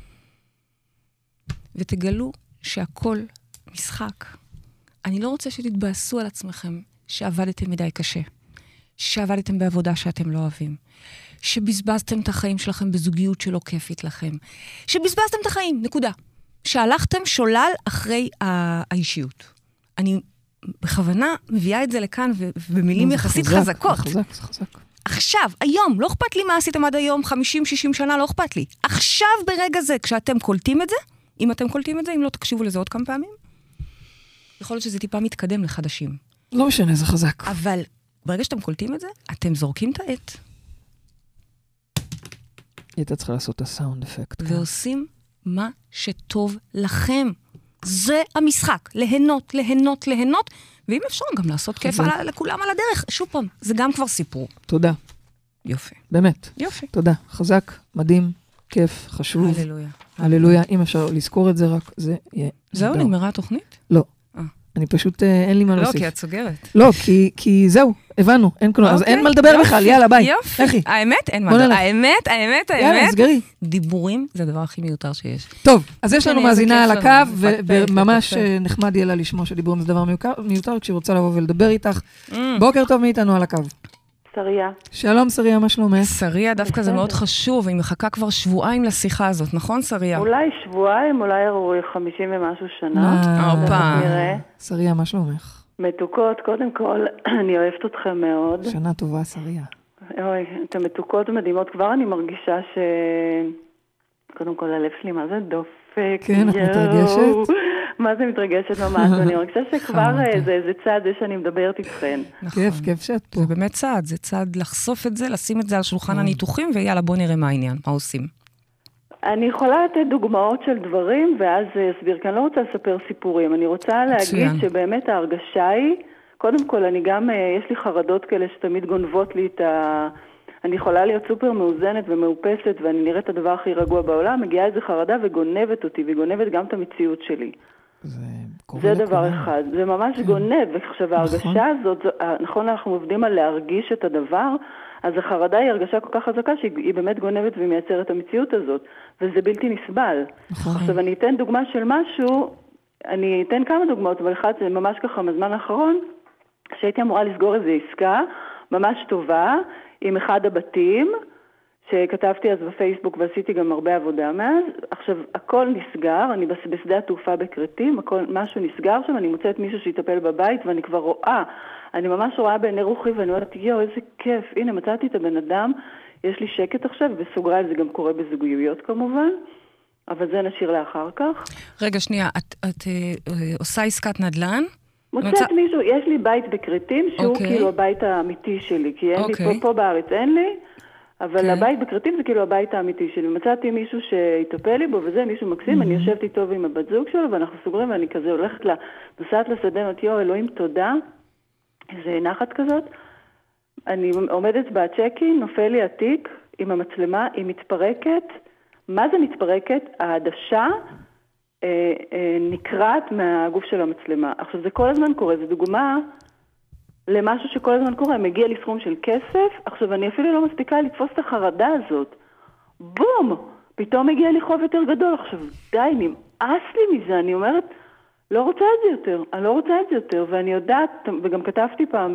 ותגלו שהכל משחק. אני לא רוצה שתתבאסו על עצמכם שעבדתם מדי קשה, שעבדתם בעבודה שאתם לא אוהבים, שבזבזתם את החיים שלכם בזוגיות שלא כיפית לכם, שבזבזתם את החיים, נקודה. שהלכתם שולל אחרי האישיות. אני בכוונה מביאה את זה לכאן, ובמילים יחסית חזק, חזקות. חזק, חזק. עכשיו, היום, לא אכפת לי מה עשיתם עד היום, חמישים שישים שנה, לא אכפת לי. עכשיו, ברגע זה, כשאתם קולטים את זה, אם אתם קולטים את זה, אם לא תקשיבו לזה עוד כמה פעמים, יכול להיות שזה טיפה מתקדם לחדשים. לא משנה, זה חזק. אבל ברגע שאתם קולטים את זה, אתם זורקים את העט. היא הייתה צריכה לעשות את הסאונד אפקט. ועושים מה שטוב לכם. זה המשחק. ליהנות, ליהנות, ליהנות, ואם אפשר גם לעשות כיף על, לכולם על הדרך. שוב פעם, זה גם כבר סיפור. תודה. יופי. באמת. יופי. תודה. חזק, מדהים, כיף, חשוב. הללויה. הללויה. אם אפשר לזכור את זה רק, זה יהיה... זהו, נגמרה התוכנית? לא. אני פשוט, אין לי מה להוסיף. לא, כי את סוגרת. לא, כי זהו, הבנו, אין כלום. אז אין מה לדבר בכלל, יאללה, ביי. יופי. האמת, אין מה לדבר. האמת, האמת, האמת. יאללה, סגרי. דיבורים זה הדבר הכי מיותר שיש. טוב, אז יש לנו מאזינה על הקו, וממש נחמד יהיה לה לשמוע שדיבורים זה דבר מיותר, כשהיא רוצה לבוא ולדבר איתך. בוקר טוב מאיתנו על הקו. שריה. שלום, שריה, מה שלומך? שריה, דווקא זה מאוד חשוב, היא מחכה כבר שבועיים לשיחה הזאת, נכון, שריה? אולי שבועיים, אולי חמישים ומשהו שנה. אופה. שריה, מה שלומך? מתוקות, קודם כל, אני אוהבת אתכם מאוד. שנה טובה, שריה. אוי, אתן מתוקות ומדהימות. כבר אני מרגישה ש... קודם כל, הלב שלי, מה זה דופק? כן, את מתרגשת? מה זה מתרגשת ממש? אני מרגישה שכבר זה צעד זה שאני מדברת איתכן. כיף, כיף שאת פה. זה באמת צעד, זה צעד לחשוף את זה, לשים את זה על שולחן הניתוחים, ויאללה, בוא נראה מה העניין, מה עושים. אני יכולה לתת דוגמאות של דברים, ואז אסביר, כי אני לא רוצה לספר סיפורים. אני רוצה להגיד שבאמת ההרגשה היא, קודם כל, אני גם, יש לי חרדות כאלה שתמיד גונבות לי את ה... אני יכולה להיות סופר מאוזנת ומאופסת, ואני נראית את הדבר הכי רגוע בעולם, מגיעה איזו חרדה וגונבת אותי, וגונבת גם את המציאות שלי. זה קורה זה לכולם. דבר אחד, זה ממש כן. גונב, ועכשיו ההרגשה הזאת, נכון, אנחנו עובדים על להרגיש את הדבר, אז החרדה היא הרגשה כל כך חזקה שהיא באמת גונבת ומייצרת את המציאות הזאת, וזה בלתי נסבל. נכון. עכשיו אני אתן דוגמה של משהו, אני אתן כמה דוגמאות, אבל אחד זה ממש ככה בזמן האחרון, שהייתי אמורה לסגור איזו עסקה ממש טובה עם אחד הבתים, שכתבתי אז בפייסבוק ועשיתי גם הרבה עבודה מאז. עכשיו, הכל נסגר, אני בשדה התעופה בקרטים, הכל, משהו נסגר שם, אני מוצאת מישהו שיטפל בבית ואני כבר רואה, אני ממש רואה בעיני רוחי ואני אומרת, יואו, איזה כיף, הנה מצאתי את הבן אדם, יש לי שקט עכשיו, בסוגריים זה גם קורה בזוגיות כמובן, אבל זה נשאיר לאחר כך. רגע, שנייה, את, את אה, עושה עסקת נדל"ן? מוצאת מצא... מישהו, יש לי בית בקרטים שהוא אוקיי. כאילו הבית האמיתי שלי, כי אין אוקיי. לי, פה, פה בארץ אין לי, אבל כן. הבית בקרטים זה כאילו הבית האמיתי שלי. מצאתי מישהו שיטפל לי בו וזה, מישהו מקסים, mm-hmm. אני יושבת איתו עם הבת זוג שלו, ואנחנו סוגרים ואני כזה הולכת לה, נוסעת לשדה, אומרת, יו, אלוהים תודה, איזה נחת כזאת. אני עומדת בצ'קין, נופל לי התיק עם המצלמה, היא מתפרקת. מה זה מתפרקת? העדשה אה, אה, נקראת מהגוף של המצלמה. עכשיו זה כל הזמן קורה, זו דוגמה למשהו שכל הזמן קורה, מגיע לי סכום של כסף, עכשיו אני אפילו לא מספיקה לתפוס את החרדה הזאת. בום! פתאום מגיע לי חוב יותר גדול, עכשיו די, נמאס לי מזה, אני אומרת, לא רוצה את זה יותר, אני לא רוצה את זה יותר, ואני יודעת, וגם כתבתי פעם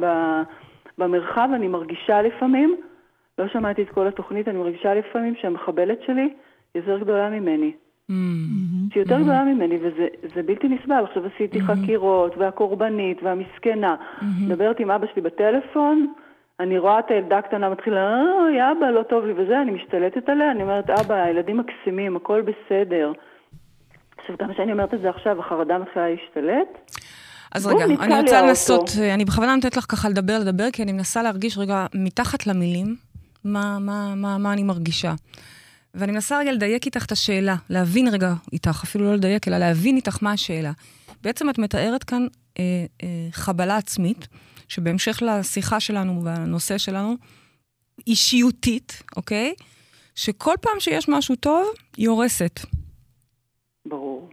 במרחב, אני מרגישה לפעמים, לא שמעתי את כל התוכנית, אני מרגישה לפעמים שהמחבלת שלי יותר גדולה ממני. שהיא יותר גדולה ממני, וזה בלתי נסבל. עכשיו עשיתי חקירות, והקורבנית, והמסכנה. מדברת עם אבא שלי בטלפון, אני רואה את הילדה קטנה, מתחילה, אוי, אבא, לא טוב לי וזה, אני משתלטת עליה, אני אומרת, אבא, הילדים מקסימים, הכל בסדר. עכשיו, גם שאני אומרת את זה עכשיו, החרדה מתחילה להשתלט. אז רגע, אני רוצה לנסות, אני בכוונה נותנת לך ככה לדבר, לדבר, כי אני מנסה להרגיש רגע מתחת למילים, מה, מה, מה, מה אני מרגישה. ואני מנסה רגע לדייק איתך את השאלה, להבין רגע איתך, אפילו לא לדייק, אלא להבין איתך מה השאלה. בעצם את מתארת כאן אה, אה, חבלה עצמית, שבהמשך לשיחה שלנו והנושא שלנו, אישיותית, אוקיי? שכל פעם שיש משהו טוב, היא הורסת. ברור.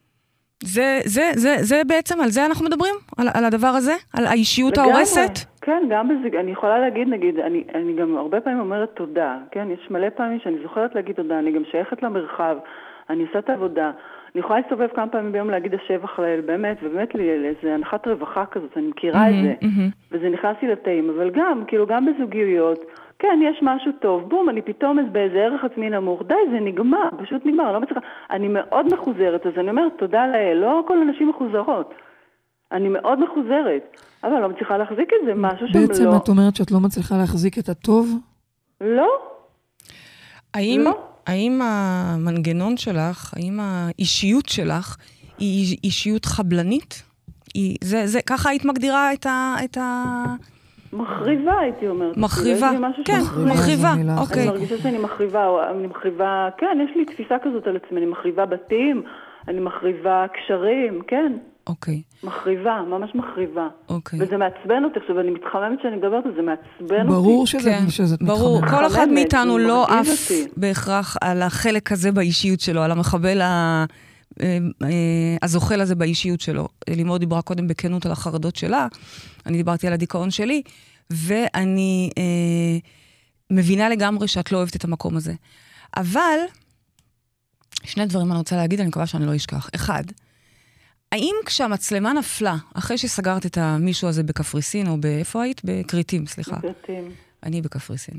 זה, זה, זה, זה בעצם, על זה אנחנו מדברים? על, על הדבר הזה? על האישיות ההורסת? כן, גם בזה, אני יכולה להגיד, נגיד, אני, אני גם הרבה פעמים אומרת תודה, כן? יש מלא פעמים שאני זוכרת להגיד תודה, אני גם שייכת למרחב, אני עושה את העבודה, אני יכולה להסתובב כמה פעמים ביום להגיד השבח לאל, באמת, ובאמת לי, זה הנחת רווחה כזאת, אני מכירה את זה, וזה נכנס לי לתאים, אבל גם, כאילו, גם בזוגיות, כן, יש משהו טוב, בום, אני פתאום באיזה ערך עצמי נמוך, די, זה נגמר, פשוט נגמר, לא מצליחה, אני מאוד מחוזרת, אז אני אומרת, תודה לאל, לא כל הנשים מחוזרות, אני מאוד מחוזרת, אבל לא מצליחה להחזיק את זה, משהו שם לא... בעצם את אומרת שאת לא מצליחה להחזיק את הטוב? לא. האם, לא. האם המנגנון שלך, האם האישיות שלך, היא אישיות חבלנית? היא, זה, זה, ככה היית מגדירה את ה... את ה... מחריבה, הייתי אומרת. מחריבה, כן, מחריבה, אוקיי. אני מרגישה שאני מחריבה, אני מחריבה, כן, יש לי תפיסה כזאת על עצמי, אני מחריבה בתים, אני מחריבה קשרים, כן. אוקיי. מחריבה, ממש מחריבה. אוקיי. וזה מעצבן אותי, עכשיו אני מתחממת שאני מדברת, זה מעצבן אותי. ברור שזאת מתחממת. ברור, כל אחד מאיתנו לא עף בהכרח על החלק הזה באישיות שלו, על המחבל הזוחל הזה באישיות שלו. לימור דיברה קודם בכנות על החרדות שלה, אני דיברתי על הדיכאון שלי, ואני אה, מבינה לגמרי שאת לא אוהבת את המקום הזה. אבל, שני דברים אני רוצה להגיד, אני מקווה שאני לא אשכח. אחד, האם כשהמצלמה נפלה, אחרי שסגרת את המישהו הזה בקפריסין, או באיפה היית? בקריטים, סליחה. בקריטים. אני בקפריסין.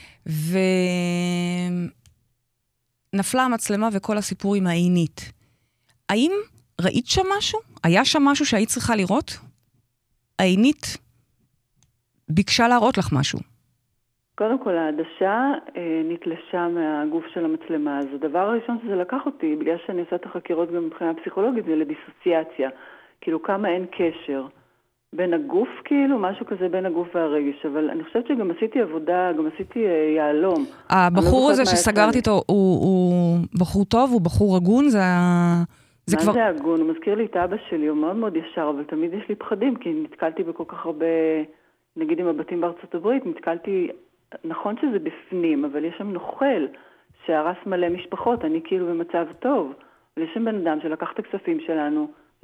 ונפלה המצלמה וכל הסיפור עם העינית. האם ראית שם משהו? היה שם משהו שהיית צריכה לראות? העינית ביקשה להראות לך משהו. קודם כל, העדשה אה, נתלשה מהגוף של המצלמה. אז הדבר הראשון שזה לקח אותי, בגלל שאני עושה את החקירות גם מבחינה פסיכולוגית, זה לדיסוציאציה. כאילו, כמה אין קשר בין הגוף, כאילו, משהו כזה בין הגוף והרגש. אבל אני חושבת שגם עשיתי עבודה, גם עשיתי אה, יעלום. הבחור הזה שסגרתי איתו, הוא, הוא בחור טוב, הוא בחור הגון, זה ה... מה כבר... זה הגון? הוא מזכיר לי את אבא שלי, הוא מאוד מאוד ישר, אבל תמיד יש לי פחדים, כי נתקלתי בכל כך הרבה, נגיד עם הבתים בארצות הברית, נתקלתי, נכון שזה בפנים, אבל יש שם נוכל שהרס מלא משפחות, אני כאילו במצב טוב, אבל יש שם בן אדם שלקח את הכספים שלנו,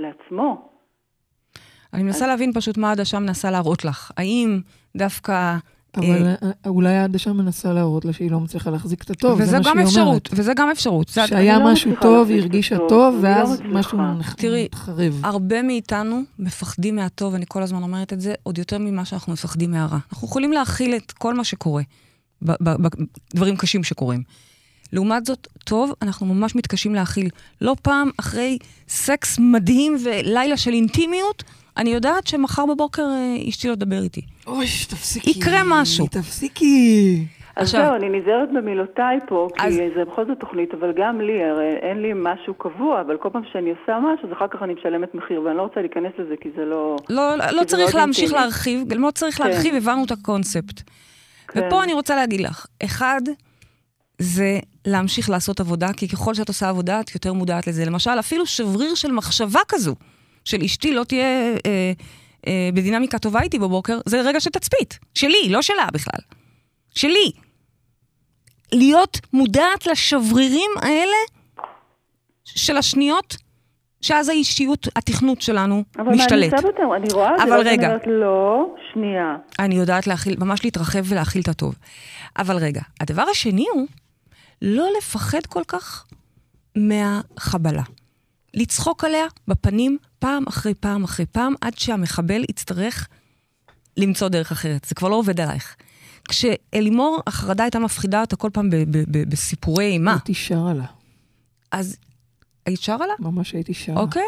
לעצמו. אני מנסה להבין פשוט מה העדשה מנסה להראות לך. האם דווקא... אבל אולי העדשה מנסה להראות לה שהיא לא מצליחה להחזיק את הטוב, וזה גם אפשרות, וזה גם אפשרות. שהיה משהו טוב, היא הרגישה טוב, ואז משהו נחרב. תראי, הרבה מאיתנו מפחדים מהטוב, אני כל הזמן אומרת את זה, עוד יותר ממה שאנחנו מפחדים מהרע. אנחנו יכולים להכיל את כל מה שקורה, בדברים קשים שקורים. לעומת זאת, טוב, אנחנו ממש מתקשים להכיל. לא פעם אחרי סקס מדהים ולילה של אינטימיות, אני יודעת שמחר בבוקר אשתי לא לדבר איתי. אוי, תפסיקי. יקרה משהו. תפסיקי. אז זהו, אני נזהרת במילותיי פה, כי זה בכל זאת תוכנית, אבל גם לי, הרי אין לי משהו קבוע, אבל כל פעם שאני עושה משהו, אז אחר כך אני משלמת מחיר, ואני לא רוצה להיכנס לזה, כי זה לא... לא, לא צריך להמשיך להרחיב, לא צריך להרחיב, הבנו את הקונספט. ופה אני רוצה להגיד לך, אחד, זה להמשיך לעשות עבודה, כי ככל שאת עושה עבודה, את יותר מודעת לזה. למשל, אפילו שבריר של מחשבה כזו, של אשתי לא תהיה אה, אה, בדינמיקה טובה איתי בבוקר, זה רגע של תצפית. שלי, לא שלה בכלל. שלי. להיות מודעת לשברירים האלה של השניות, שאז האישיות, התכנות שלנו אבל משתלט. אבל מה, אני עושה אותם, אני רואה, אבל רגע. אומרת, לא, שנייה. אני יודעת להכיל, ממש להתרחב ולהכיל את הטוב. אבל רגע, הדבר השני הוא, לא לפחד כל כך מהחבלה. לצחוק עליה בפנים פעם אחרי פעם אחרי פעם, עד שהמחבל יצטרך למצוא דרך אחרת. זה כבר לא עובד עלייך. כשאלימור, החרדה הייתה מפחידה אותה כל פעם ב- ב- ב- בסיפורי אימה. הייתי שרה לה. אז היית שרה לה? ממש הייתי שרה. אוקיי.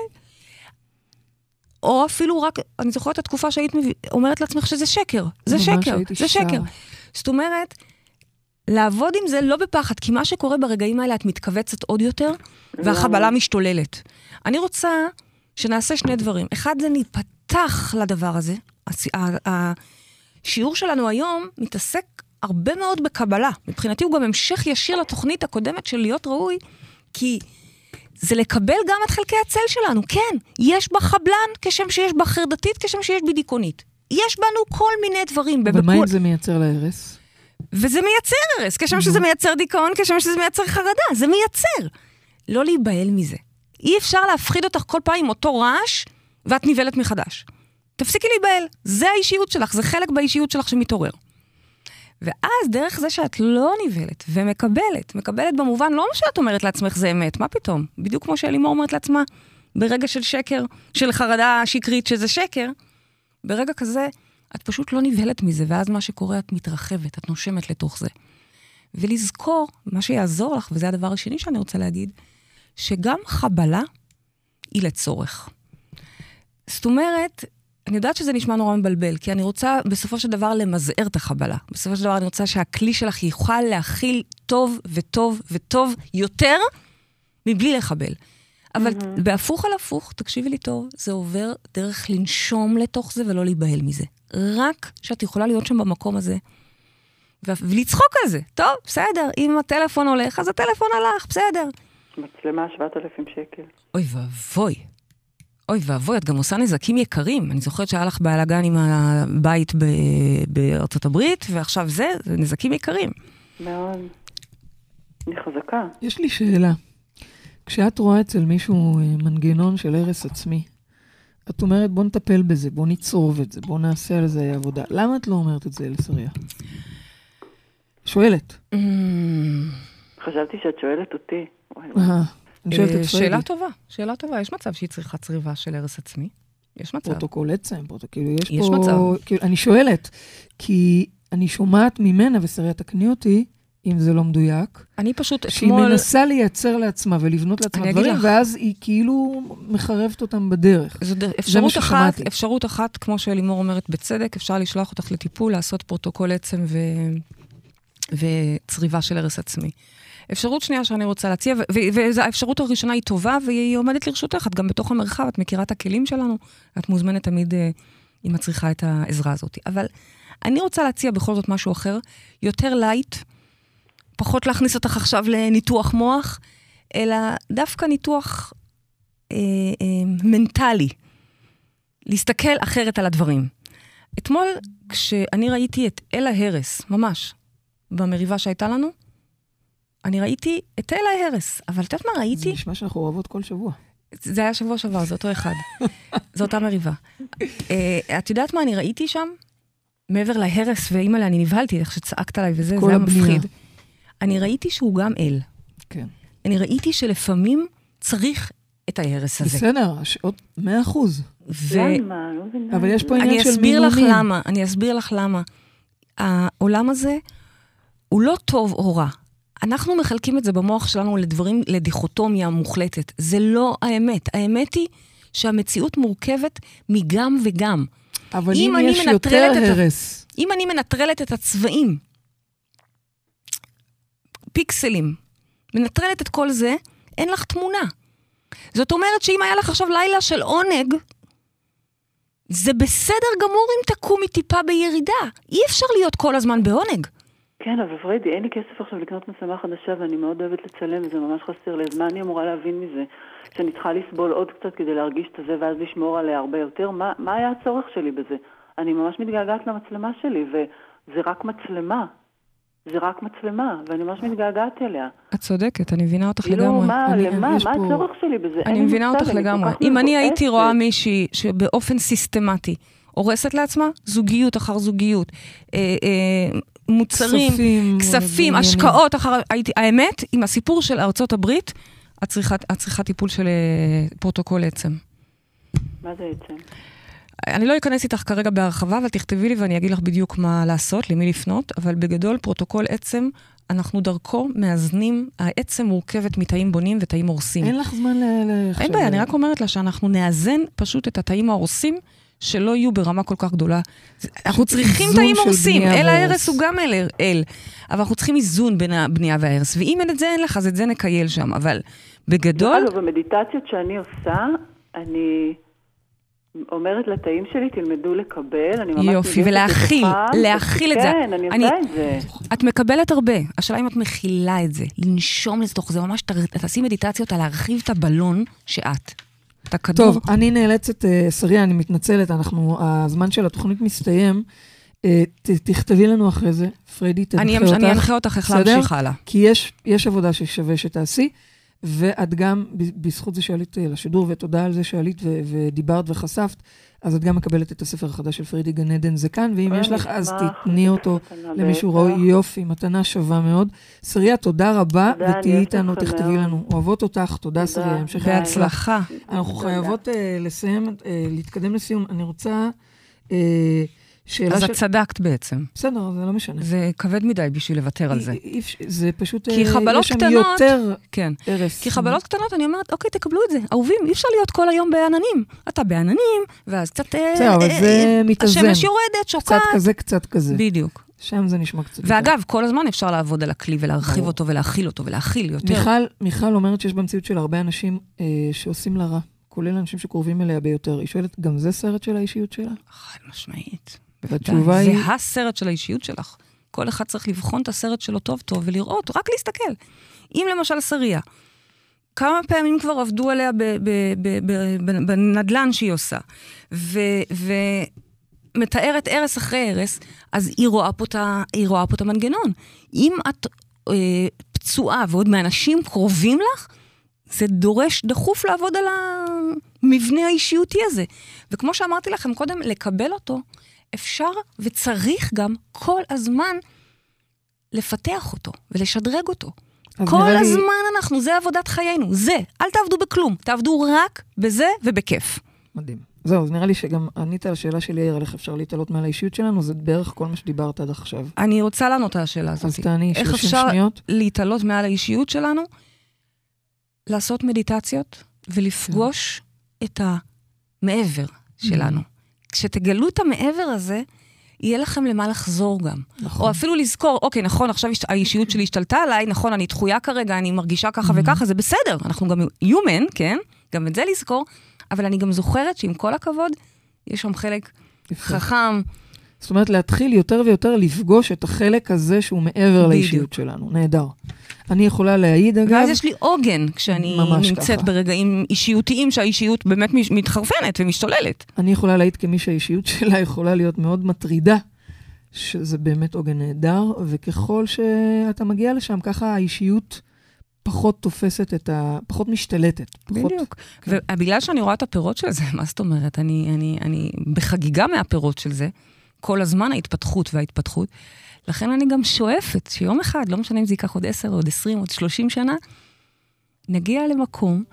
או אפילו רק, אני זוכרת את התקופה שהיית מביא, אומרת לעצמך שזה שקר. זה שקר, זה שקר. זאת אומרת, לעבוד עם זה לא בפחד, כי מה שקורה ברגעים האלה, את מתכווצת עוד יותר, והחבלה משתוללת. אני רוצה שנעשה שני דברים. אחד, זה נתפתח לדבר הזה. השיעור שלנו היום מתעסק הרבה מאוד בקבלה. מבחינתי הוא גם המשך ישיר לתוכנית הקודמת של להיות ראוי, כי זה לקבל גם את חלקי הצל שלנו. כן, יש בה חבלן כשם שיש בה חרדתית, כשם שיש בה דיכאונית. יש בנו כל מיני דברים. אבל מה אם זה מייצר להרס? וזה מייצר הרס, כשם שזה מייצר דיכאון, כשם שזה מייצר חרדה, זה מייצר. לא להיבהל מזה. אי אפשר להפחיד אותך כל פעם עם אותו רעש, ואת ניבלת מחדש. תפסיקי להיבהל, זה האישיות שלך, זה חלק באישיות שלך שמתעורר. ואז דרך זה שאת לא ניבלת ומקבלת, מקבלת במובן, לא שאת אומרת לעצמך זה אמת, מה פתאום? בדיוק כמו שאלימור אומרת לעצמה, ברגע של שקר, של חרדה שקרית שזה שקר, ברגע כזה, את פשוט לא נבהלת מזה, ואז מה שקורה, את מתרחבת, את נושמת לתוך זה. ולזכור, מה שיעזור לך, וזה הדבר השני שאני רוצה להגיד, שגם חבלה היא לצורך. זאת אומרת, אני יודעת שזה נשמע נורא מבלבל, כי אני רוצה בסופו של דבר למזער את החבלה. בסופו של דבר אני רוצה שהכלי שלך יוכל להכיל טוב וטוב וטוב יותר, מבלי לחבל. אבל mm-hmm. בהפוך על הפוך, תקשיבי לי טוב, זה עובר דרך לנשום לתוך זה ולא להיבהל מזה. רק שאת יכולה להיות שם במקום הזה, ולצחוק על זה. טוב, בסדר, אם הטלפון הולך, אז הטלפון הלך, בסדר. מצלמה שבעת אלפים שקל. אוי ואבוי. אוי ואבוי, את גם עושה נזקים יקרים. אני זוכרת שהיה לך בהלגן עם הבית ב- בארצות הברית, ועכשיו זה, זה נזקים יקרים. מאוד. אני חזקה. יש לי שאלה. כשאת רואה אצל מישהו מנגנון של הרס עצמי, את אומרת, בוא נטפל בזה, בוא ניצור את זה, בוא נעשה על זה עבודה. למה את לא אומרת את זה לסריה? שואלת. חשבתי שאת שואלת אותי. שאלה טובה, שאלה טובה. יש מצב שהיא צריכה צריבה של הרס עצמי? יש מצב. פרוטוקול עצם, כאילו יש פה... אני שואלת, כי אני שומעת ממנה, וסריה תקני אותי, אם זה לא מדויק, אני פשוט שהיא אתמול... מנסה לייצר לעצמה ולבנות לעצמה דברים, לך. ואז היא כאילו מחרבת אותם בדרך. זו ד... אפשרות אחת, אפשרות אחת, כמו שאלימור אומרת בצדק, אפשר לשלוח אותך לטיפול, לעשות פרוטוקול עצם ו... וצריבה של הרס עצמי. אפשרות שנייה שאני רוצה להציע, והאפשרות הראשונה היא טובה, והיא עומדת לרשותך, את גם בתוך המרחב, את מכירה את הכלים שלנו, את מוזמנת תמיד אם את צריכה את העזרה הזאת. אבל אני רוצה להציע בכל זאת משהו אחר, יותר לייט, פחות להכניס אותך עכשיו לניתוח מוח, אלא דווקא ניתוח אה, אה, מנטלי, להסתכל אחרת על הדברים. אתמול, כשאני ראיתי את אלה הרס, ממש, במריבה שהייתה לנו, אני ראיתי את אלה הרס, אבל את יודעת מה ראיתי? זה נשמע שאנחנו אוהבות כל שבוע. זה היה שבוע שעבר, זה אותו אחד. זו אותה מריבה. את יודעת מה אני ראיתי שם? מעבר להרס, ואימא לה, אני נבהלתי, איך שצעקת עליי וזה, זה היה מפחיד. אני ראיתי שהוא גם אל. כן. אני ראיתי שלפעמים צריך את ההרס הזה. בסדר, עוד מאה אחוז. למה? לא מבינה. אבל יש פה עניין של אסביר לך מינונים. למה, אני אסביר לך למה. העולם הזה הוא לא טוב או רע. אנחנו מחלקים את זה במוח שלנו לדברים, לדיכוטומיה מוחלטת. זה לא האמת. האמת היא שהמציאות מורכבת מגם וגם. אבל אם יש יותר הרס. אם אני מנטרלת את הצבעים, פיקסלים, מנטרלת את כל זה, אין לך תמונה. זאת אומרת שאם היה לך עכשיו לילה של עונג, זה בסדר גמור אם תקומי טיפה בירידה. אי אפשר להיות כל הזמן בעונג. כן, אבל פריידי, אין לי כסף עכשיו לקנות מצלמה חדשה, ואני מאוד אוהבת לצלם, וזה ממש חסר לי. אז מה אני אמורה להבין מזה? שאני צריכה לסבול עוד קצת כדי להרגיש את זה, ואז לשמור עליה הרבה יותר? מה, מה היה הצורך שלי בזה? אני ממש מתגעגעת למצלמה שלי, וזה רק מצלמה. זה רק מצלמה, ואני ממש מתגעגעת אליה. את צודקת, אני מבינה אותך לגמרי. לא, מה, למה? מה הצורך שלי בזה? אני מבינה אותך לגמרי. אם אני הייתי רואה מישהי שבאופן סיסטמטי הורסת לעצמה, זוגיות אחר זוגיות, מוצרים, כספים, השקעות אחר... האמת, עם הסיפור של ארצות הברית, את צריכה טיפול של פרוטוקול עצם. מה זה עצם? אני לא אכנס איתך כרגע בהרחבה, אבל תכתבי לי ואני אגיד לך בדיוק מה לעשות, למי לפנות, אבל בגדול פרוטוקול עצם, אנחנו דרכו מאזנים, העצם מורכבת מתאים בונים ותאים הורסים. אין לך זמן ל... אין בעיה, אני רק אומרת לה שאנחנו נאזן פשוט את התאים ההורסים, שלא יהיו ברמה כל כך גדולה. אנחנו צריכים תאים הורסים, אל ההרס הוא גם אל, אל, אבל אנחנו צריכים איזון בין הבנייה וההרס, ואם אין את זה, אין לך, אז את זה נקייל שם, אבל בגדול... אגב, במדיטציות שאני עושה, אני... אומרת לתאים שלי, תלמדו לקבל, אני ממש... יופי, ולהכיל, להכיל את זה. כן, אני עושה את זה. את מקבלת הרבה, השאלה אם את מכילה את זה, לנשום לתוך זה, ממש תעשי מדיטציות על להרחיב את הבלון שאת. את הכדור. טוב, אני נאלצת, שריה, אני מתנצלת, אנחנו, הזמן של התוכנית מסתיים, תכתבי לנו אחרי זה, פריידי, תנחה אותך. אני אנחה אותך איך להמשיך הלאה. כי יש עבודה ששווה שתעשי, ואת גם, בזכות זה שעלית לשידור, ותודה על זה שעלית ודיברת וחשפת, אז את גם מקבלת את הספר החדש של פריידי גן עדן, זה כאן, ואם יש לך, אז תתני אותו למישהו ראוי, יופי, מתנה שווה מאוד. שריה, תודה רבה, ותהיי איתנו, תכתבי לנו. אוהבות אותך, תודה שריה. בהצלחה. אנחנו חייבות לסיים, להתקדם לסיום. אני רוצה... אז את צדקת בעצם. בסדר, זה לא משנה. זה כבד מדי בשביל לוותר על זה. זה פשוט, כי חבלות קטנות, כן. כי חבלות קטנות, אני אומרת, אוקיי, תקבלו את זה. אהובים, אי אפשר להיות כל היום בעננים. אתה בעננים, ואז קצת... בסדר, אבל זה מתאזן. השמש יורדת, שוקעת. קצת כזה, קצת כזה. בדיוק. שם זה נשמע קצת. ואגב, כל הזמן אפשר לעבוד על הכלי ולהרחיב אותו ולהכיל אותו ולהכיל יותר. מיכל אומרת שיש במציאות של הרבה אנשים שעושים לה רע, כולל אנשים שקרובים אליה ביותר. היא שואלת, גם זה סרט של האישיות שלה? חד משמעית. והתשובה היא... זה הסרט של האישיות שלך. כל אחד צריך לבחון את הסרט שלו טוב טוב ולראות, רק להסתכל. אם למשל שריה, כמה פעמים כבר עבדו עליה בנדלן שהיא עושה, ומתארת ערס אחרי ערס, אז היא רואה פה את המנגנון. אם את פצועה ועוד מאנשים קרובים לך, זה דורש דחוף לעבוד על המבנה האישיותי הזה. וכמו שאמרתי לכם קודם, לקבל אותו, אפשר וצריך גם כל הזמן לפתח אותו ולשדרג אותו. כל הזמן לי... אנחנו, זה עבודת חיינו, זה. אל תעבדו בכלום, תעבדו רק בזה ובכיף. מדהים. זהו, אז נראה לי שגם ענית על השאלה שלי, על איך אפשר להתעלות מעל האישיות שלנו, זה בערך כל מה שדיברת עד עכשיו. אני רוצה לענות על השאלה הזאת. אז תעני שלושים שניות. איך שניות? אפשר להתעלות מעל האישיות שלנו? לעשות מדיטציות ולפגוש כן. את המעבר שלנו. כשתגלו את המעבר הזה, יהיה לכם למה לחזור גם. נכון. או אפילו לזכור, אוקיי, נכון, עכשיו האישיות שלי השתלטה עליי, נכון, אני דחויה כרגע, אני מרגישה ככה וככה, זה בסדר, אנחנו גם human, כן? גם את זה לזכור, אבל אני גם זוכרת שעם כל הכבוד, יש שם חלק חכם. זאת אומרת, להתחיל יותר ויותר לפגוש את החלק הזה שהוא מעבר לאישיות שלנו. נהדר. אני יכולה להעיד, אגב... ואז יש לי עוגן, כשאני נמצאת ככה. ברגעים אישיותיים, שהאישיות באמת מתחרפנת ומשתוללת. אני יכולה להעיד כמי שהאישיות שלה יכולה להיות מאוד מטרידה, שזה באמת עוגן נהדר, וככל שאתה מגיע לשם, ככה האישיות פחות תופסת את ה... פחות משתלטת. פחות... בדיוק. כן. ובגלל שאני רואה את הפירות של זה, מה זאת אומרת? אני, אני, אני בחגיגה מהפירות של זה, כל הזמן ההתפתחות וההתפתחות, לכן אני גם שואפת שיום אחד, לא משנה אם זה ייקח עוד עשר, עוד עשרים, עוד שלושים שנה, נגיע למקום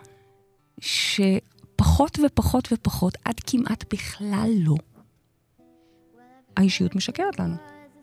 שפחות ופחות ופחות, עד כמעט בכלל לא, האישיות משקרת לנו.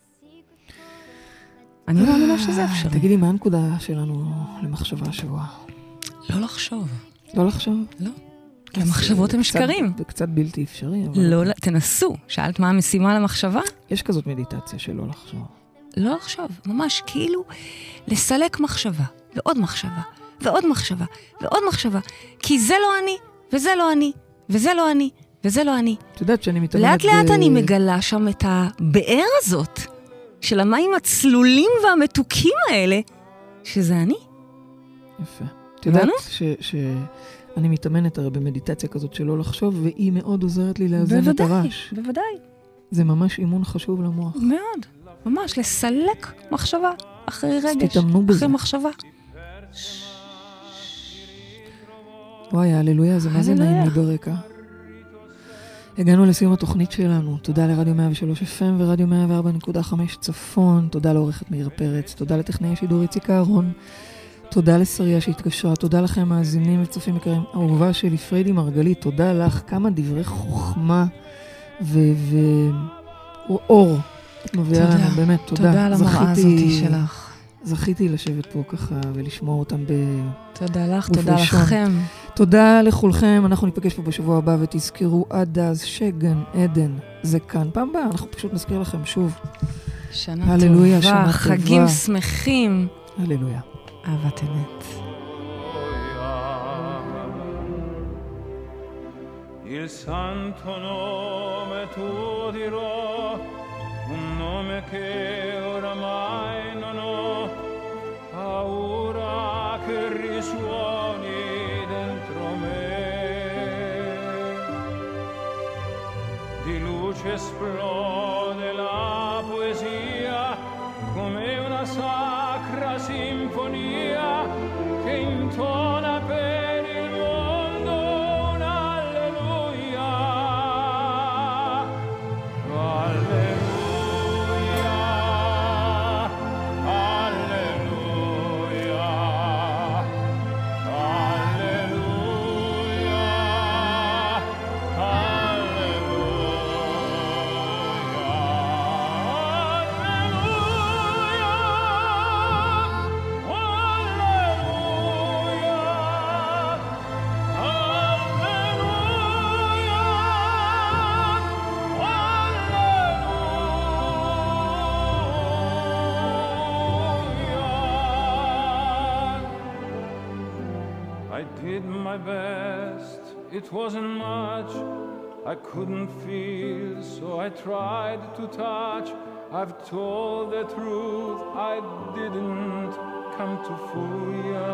אני מאמינה שזה אפשרי. תגידי, מה הנקודה שלנו למחשבה השבוע? לא לחשוב. לא לחשוב? לא. כי המחשבות הם שקרים. זה קצת בלתי אפשרי. לא, תנסו. שאלת מה המשימה למחשבה? יש כזאת מדיטציה של לא לחשוב. לא לחשוב. ממש כאילו לסלק מחשבה, ועוד מחשבה, ועוד מחשבה, ועוד מחשבה. כי זה לא אני, וזה לא אני, וזה לא אני, וזה לא אני. את יודעת שאני מתאמנת... לאט לאט אני מגלה שם את הבאר הזאת, של המים הצלולים והמתוקים האלה, שזה אני. יפה. את יודעת שאני מתאמנת הרי במדיטציה כזאת שלא לחשוב, והיא מאוד עוזרת לי לאזן את הרעש. בוודאי, בוודאי. זה ממש אימון חשוב למוח. מאוד. ממש, לסלק מחשבה אחרי רגש. תתאמנו בזה. אחרי מחשבה. וואי, הללויה, זה מה זה נעים לי ברקע. הגענו לסיום התוכנית שלנו. תודה לרדיו מאה ושלוש אף אם ורדיו מאה וארבע נקודה חמש צפון. תודה לעורכת מאיר פרץ. תודה לטכנאי השידור איציק אהרון. תודה לשריה שהתקשרה. תודה לכם מאזינים וצופים יקרים. אהובה שלי, פריידי מרגלית, תודה לך. כמה דברי חוכמה ואור. את מביאה לנו, באמת, תודה. תודה על המראה הזאתי שלך. זכיתי לשבת פה ככה ולשמוע אותם ב... תודה לך, תודה לכם. תודה לכולכם, אנחנו ניפגש פה בשבוע הבא, ותזכרו עד אז שגן עדן זה כאן. פעם הבאה, אנחנו פשוט נזכיר לכם שוב. שנה הללויה, טובה, שנה חגים טובה. שמחים. הללויה. אהבת אמת. Il santo nome tuo dirò, un nome che oramai non ho paura che risuoni dentro me. Di luce esplode la poesia come una sacra sinfonia che intona per il mondo un alleluia. Alleluia, alleluia, alleluia, I did my best, it wasn't much, I couldn't feel, so I tried to touch. I've told the truth, I didn't come to fool ya.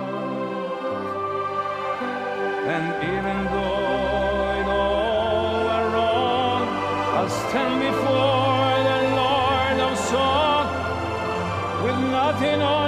And even though it all went wrong, I'll stand before the Lord of Song with nothing on